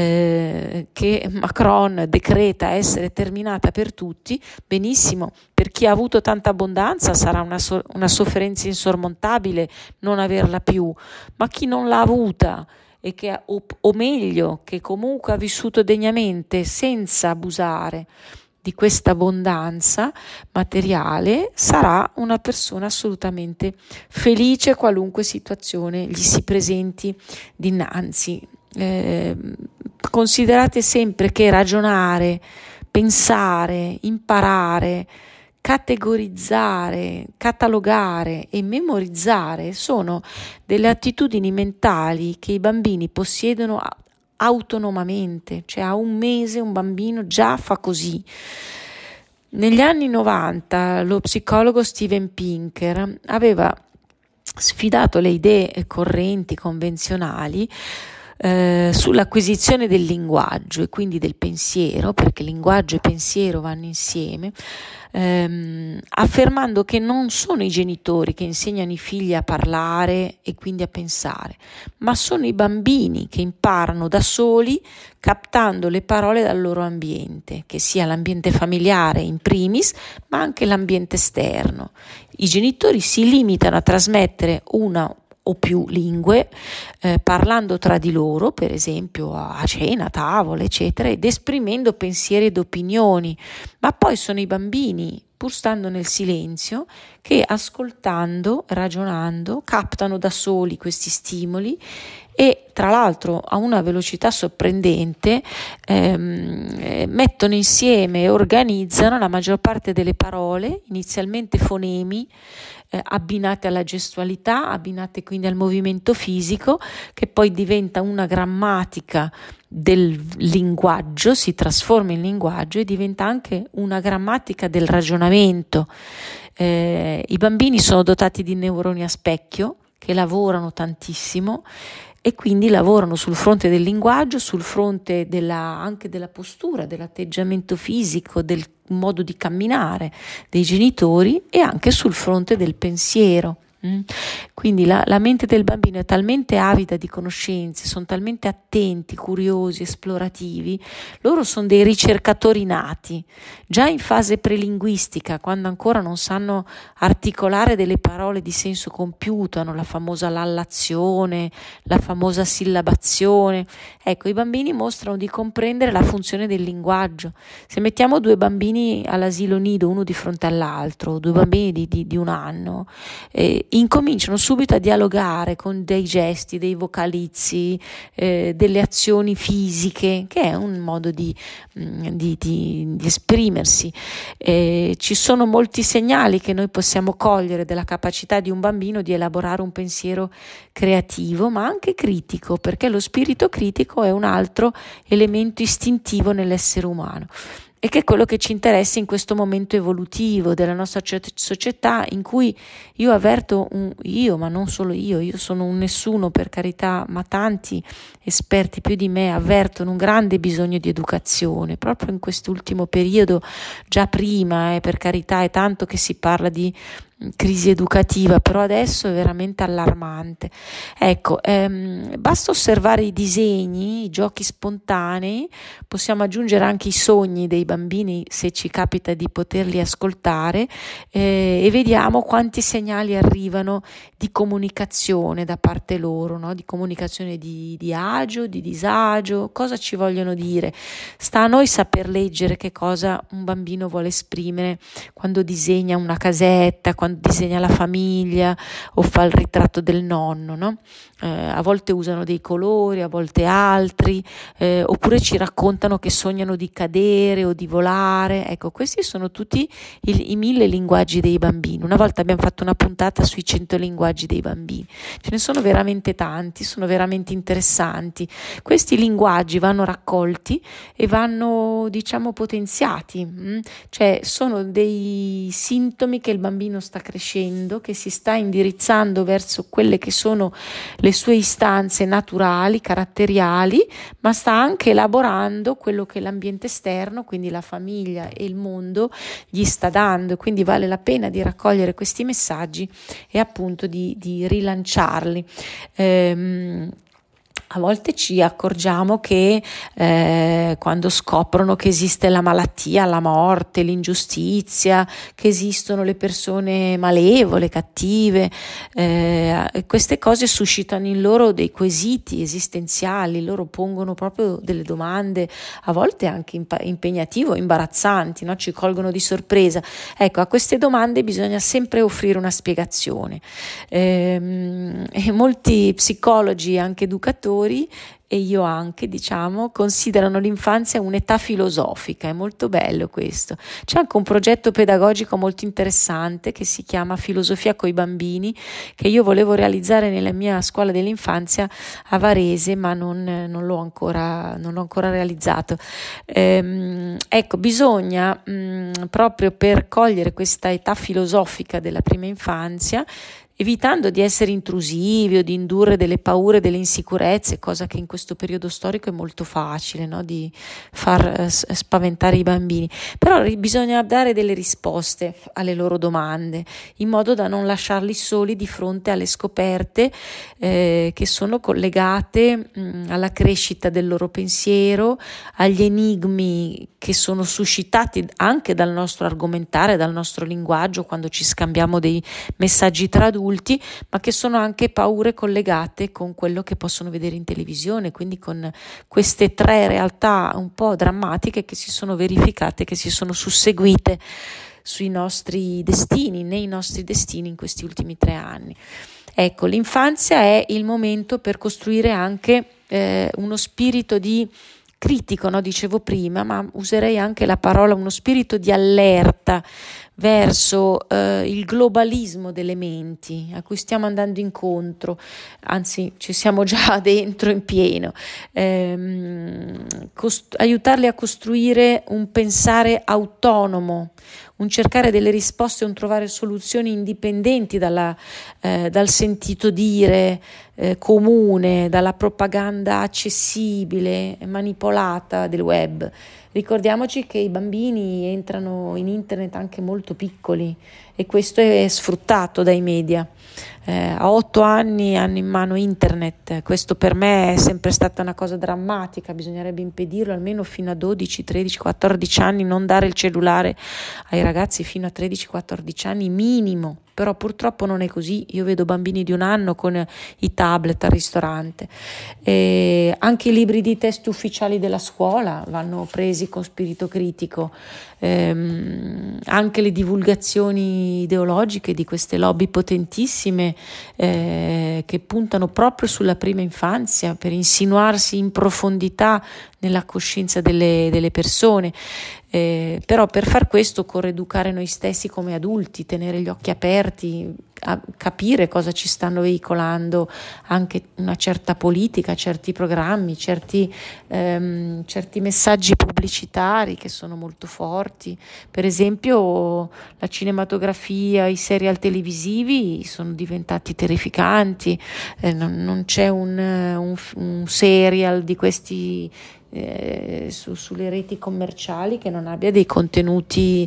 eh, che Macron decreta essere terminata per tutti, benissimo, per chi ha avuto tanta abbondanza sarà una, so- una sofferenza insormontabile non averla più, ma chi non l'ha avuta e che o, o meglio che comunque ha vissuto degnamente senza abusare di questa abbondanza materiale sarà una persona assolutamente felice qualunque situazione gli si presenti dinanzi. Eh, considerate sempre che ragionare, pensare, imparare, categorizzare, catalogare e memorizzare sono delle attitudini mentali che i bambini possiedono autonomamente, cioè a un mese un bambino già fa così. Negli anni novanta lo psicologo Steven Pinker aveva sfidato le idee correnti, convenzionali, Eh, sull'acquisizione del linguaggio e quindi del pensiero, perché linguaggio e pensiero vanno insieme, ehm, affermando che non sono i genitori che insegnano i figli a parlare e quindi a pensare, ma sono i bambini che imparano da soli, captando le parole dal loro ambiente, che sia l'ambiente familiare in primis, ma anche l'ambiente esterno. I genitori si limitano a trasmettere una o più lingue, eh, parlando tra di loro, per esempio a cena, a tavola, eccetera, ed esprimendo pensieri ed opinioni, ma poi sono i bambini, pur stando nel silenzio, che ascoltando, ragionando, captano da soli questi stimoli e tra l'altro a una velocità sorprendente ehm, mettono insieme e organizzano la maggior parte delle parole, inizialmente fonemi, eh, abbinate alla gestualità, abbinate quindi al movimento fisico, che poi diventa una grammatica del linguaggio, si trasforma in linguaggio e diventa anche una grammatica del ragionamento. Eh, i bambini sono dotati di neuroni a specchio che lavorano tantissimo e quindi lavorano sul fronte del linguaggio, sul fronte della, anche della postura, dell'atteggiamento fisico, del modo di camminare dei genitori e anche sul fronte del pensiero. Mm. Quindi la, la mente del bambino è talmente avida di conoscenze, sono talmente attenti, curiosi, esplorativi, loro sono dei ricercatori nati, già in fase prelinguistica, quando ancora non sanno articolare delle parole di senso compiuto, hanno la famosa lallazione, la famosa sillabazione. Ecco, i bambini mostrano di comprendere la funzione del linguaggio. Se mettiamo due bambini all'asilo nido, uno di fronte all'altro, due bambini di, di, di un anno, eh, incominciano subito a dialogare con dei gesti, dei vocalizzi, eh, delle azioni fisiche, che è un modo di, di, di, di esprimersi. Eh, ci sono molti segnali che noi possiamo cogliere della capacità di un bambino di elaborare un pensiero creativo, ma anche critico, perché lo spirito critico è un altro elemento istintivo nell'essere umano. E che è quello che ci interessa in questo momento evolutivo della nostra società, in cui io avverto, un, io ma non solo io, io sono un nessuno per carità, ma tanti esperti più di me avvertono un grande bisogno di educazione, proprio in quest'ultimo periodo, già prima, eh, per carità, è tanto che si parla di crisi educativa, però adesso è veramente allarmante. Ecco, ehm, basta osservare i disegni, i giochi spontanei, possiamo aggiungere anche i sogni dei bambini se ci capita di poterli ascoltare, eh, e vediamo quanti segnali arrivano di comunicazione da parte loro, no? Di comunicazione di, di agio, di disagio, cosa ci vogliono dire. Sta a noi saper leggere che cosa un bambino vuole esprimere quando disegna una casetta, quando quando disegna la famiglia o fa il ritratto del nonno, no? Eh, a volte usano dei colori, a volte altri, eh, oppure ci raccontano che sognano di cadere o di volare. Ecco, questi sono tutti i, i mille linguaggi dei bambini. Una volta abbiamo fatto una puntata sui cento linguaggi dei bambini, ce ne sono veramente tanti, sono veramente interessanti. Questi linguaggi vanno raccolti e vanno, diciamo, potenziati, mh? Cioè sono dei sintomi che il bambino sta crescendo, che si sta indirizzando verso quelle che sono le sue istanze naturali, caratteriali, ma sta anche elaborando quello che l'ambiente esterno, quindi la famiglia e il mondo, gli sta dando. Quindi vale la pena di raccogliere questi messaggi e appunto di, di rilanciarli. Ehm, A volte ci accorgiamo che eh, quando scoprono che esiste la malattia, la morte, l'ingiustizia, che esistono le persone malevole, cattive, eh, queste cose suscitano in loro dei quesiti esistenziali, loro pongono proprio delle domande, a volte anche imp- impegnative o imbarazzanti, no? Ci colgono di sorpresa. Ecco, a queste domande bisogna sempre offrire una spiegazione. Eh, e molti psicologi, anche educatori, e io anche, diciamo, considerano l'infanzia un'età filosofica. È molto bello questo. C'è anche un progetto pedagogico molto interessante che si chiama Filosofia coi bambini, che io volevo realizzare nella mia scuola dell'infanzia a Varese, ma non, non l'ho ancora, non l'ho ancora realizzato. Ehm, ecco, bisogna mh, proprio per cogliere questa età filosofica della prima infanzia, evitando di essere intrusivi o di indurre delle paure, delle insicurezze, cosa che in questo periodo storico è molto facile, no? Di far eh, spaventare i bambini. Però ri- bisogna dare delle risposte alle loro domande, in modo da non lasciarli soli di fronte alle scoperte eh, che sono collegate mh, alla crescita del loro pensiero, agli enigmi che sono suscitati anche dal nostro argomentare, dal nostro linguaggio, quando ci scambiamo dei messaggi tra adulti, ma che sono anche paure collegate con quello che possono vedere in televisione, quindi con queste tre realtà un po' drammatiche che si sono verificate, che si sono susseguite sui nostri destini, nei nostri destini in questi ultimi tre anni. Ecco, l'infanzia è il momento per costruire anche eh, uno spirito di critico, no? Dicevo prima, ma userei anche la parola uno spirito di allerta verso eh, il globalismo delle menti a cui stiamo andando incontro, anzi ci siamo già dentro in pieno. Ehm, cost- aiutarli a costruire un pensare autonomo, un cercare delle risposte, un trovare soluzioni indipendenti dalla, eh, dal sentito dire eh, comune, dalla propaganda accessibile e manipolata del web. Ricordiamoci che i bambini entrano in internet anche molto piccoli e questo è sfruttato dai media. Eh, a otto anni hanno in mano internet, questo per me è sempre stata una cosa drammatica, bisognerebbe impedirlo almeno fino a dodici, tredici, quattordici anni, non dare il cellulare ai ragazzi fino a tredici quattordici anni minimo, però purtroppo non è così. Io vedo bambini di un anno con i tablet al ristorante. E anche i libri di testo ufficiali della scuola vanno presi con spirito critico, ehm, anche le divulgazioni ideologiche di queste lobby potentissime eh, che puntano proprio sulla prima infanzia per insinuarsi in profondità nella coscienza delle, delle persone. Eh, però per far questo occorre educare noi stessi come adulti, tenere gli occhi aperti, a capire cosa ci stanno veicolando anche una certa politica, certi programmi, certi, ehm, certi messaggi pubblicitari che sono molto forti. Per esempio la cinematografia, i serial televisivi sono diventati terrificanti, eh, non, non c'è un, un, un serial di questi Eh, su, sulle reti commerciali che non abbia dei contenuti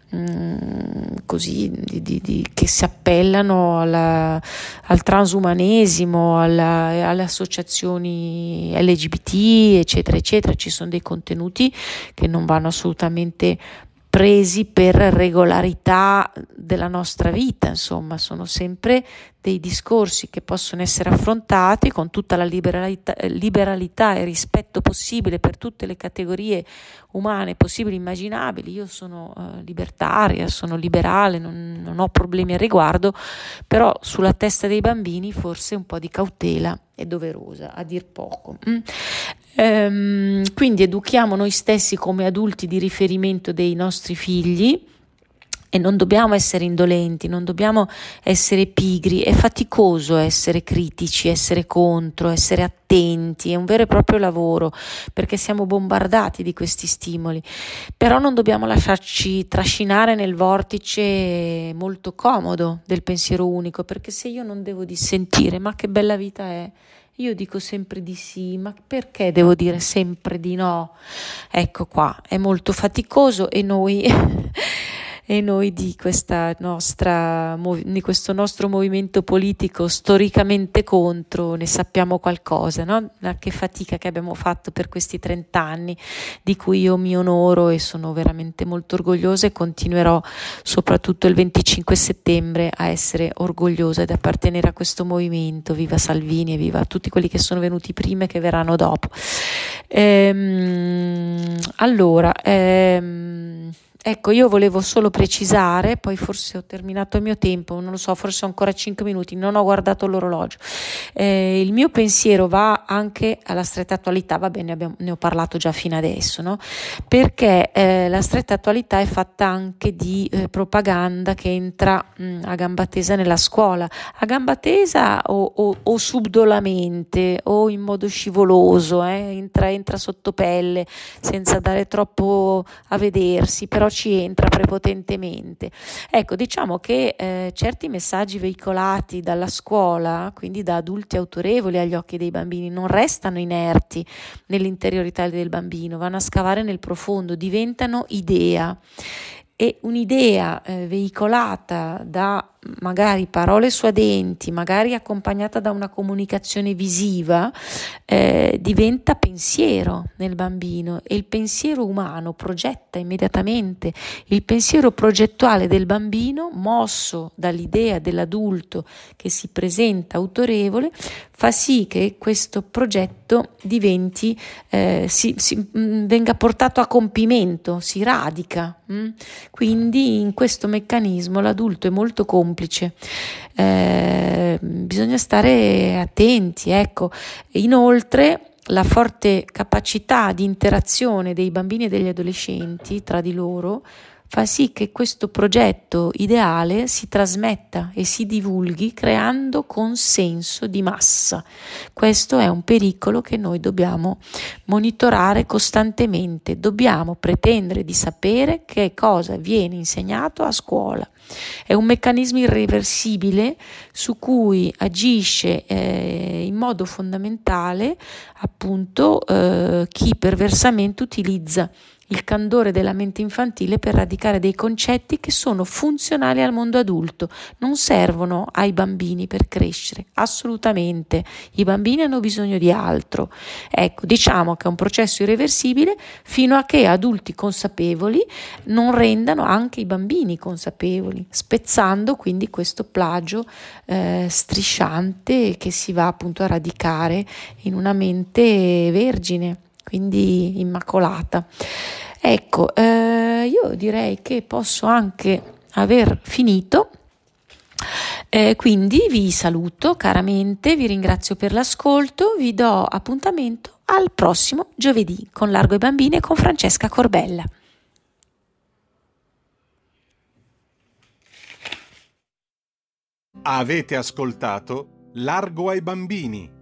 mh, così di, di, di, che si appellano alla, al transumanesimo, alla, alle associazioni L G B T eccetera eccetera. Ci sono dei contenuti che non vanno assolutamente presi per regolarità della nostra vita, insomma, sono sempre dei discorsi che possono essere affrontati con tutta la liberalità, liberalità e rispetto possibile per tutte le categorie umane possibili e immaginabili. Io sono uh, libertaria, sono liberale, non, non ho problemi al riguardo, però sulla testa dei bambini forse un po' di cautela è doverosa, a dir poco. Mm. Ehm, quindi educhiamo noi stessi come adulti di riferimento dei nostri figli, e non dobbiamo essere indolenti, non dobbiamo essere pigri. È faticoso essere critici, essere contro, essere attenti, è un vero e proprio lavoro, perché siamo bombardati di questi stimoli, però non dobbiamo lasciarci trascinare nel vortice molto comodo del pensiero unico, perché se io non devo dissentire, ma che bella vita è, io dico sempre di sì, ma perché devo dire sempre di no? Ecco qua, è molto faticoso e noi e noi di questa nostra di questo nostro movimento politico storicamente contro ne sappiamo qualcosa, no? La che fatica che abbiamo fatto per questi trent'anni, di cui io mi onoro e sono veramente molto orgogliosa, e continuerò soprattutto il venticinque settembre a essere orgogliosa ed appartenere a questo movimento. Viva Salvini e viva tutti quelli che sono venuti prima e che verranno dopo. Ehm, allora ehm, Ecco, io volevo solo precisare, poi forse ho terminato il mio tempo, non lo so, forse ho ancora cinque minuti, non ho guardato l'orologio. Eh, il mio pensiero va anche alla stretta attualità, va bene, abbiamo, ne ho parlato già fino adesso, no? Perché eh, la stretta attualità è fatta anche di eh, propaganda che entra mh, a gamba tesa nella scuola, a gamba tesa o, o, o subdolamente o in modo scivoloso, eh? entra, entra sotto pelle senza dare troppo a vedersi, però ci entra prepotentemente. Ecco, diciamo che eh, certi messaggi veicolati dalla scuola, quindi da adulti autorevoli agli occhi dei bambini, non restano inerti nell'interiorità del bambino, vanno a scavare nel profondo, diventano idea. E un'idea eh, veicolata da magari parole suadenti, magari accompagnata da una comunicazione visiva, eh, diventa pensiero nel bambino, e il pensiero umano progetta immediatamente. Il pensiero progettuale del bambino, mosso dall'idea dell'adulto che si presenta autorevole, fa sì che questo progetto diventi, eh, si, si, mh, venga portato a compimento, si radica. Mh? Quindi in questo meccanismo l'adulto è molto complice, eh, bisogna stare attenti, ecco. Inoltre la forte capacità di interazione dei bambini e degli adolescenti tra di loro fa sì che questo progetto ideale si trasmetta e si divulghi creando consenso di massa. Questo è un pericolo che noi dobbiamo monitorare costantemente, dobbiamo pretendere di sapere che cosa viene insegnato a scuola. È un meccanismo irreversibile su cui agisce eh, in modo fondamentale appunto eh, chi perversamente utilizza il candore della mente infantile per radicare dei concetti che sono funzionali al mondo adulto, non servono ai bambini per crescere, assolutamente. I bambini hanno bisogno di altro. Ecco, diciamo che è un processo irreversibile fino a che adulti consapevoli non rendano anche i bambini consapevoli, spezzando quindi questo plagio eh, strisciante che si va appunto a radicare in una mente vergine, quindi immacolata. Ecco, eh, io direi che posso anche aver finito, eh, quindi vi saluto caramente, vi ringrazio per l'ascolto, vi do appuntamento al prossimo giovedì con Largo ai Bambini e con Francesca Corbella.
Avete ascoltato Largo ai Bambini,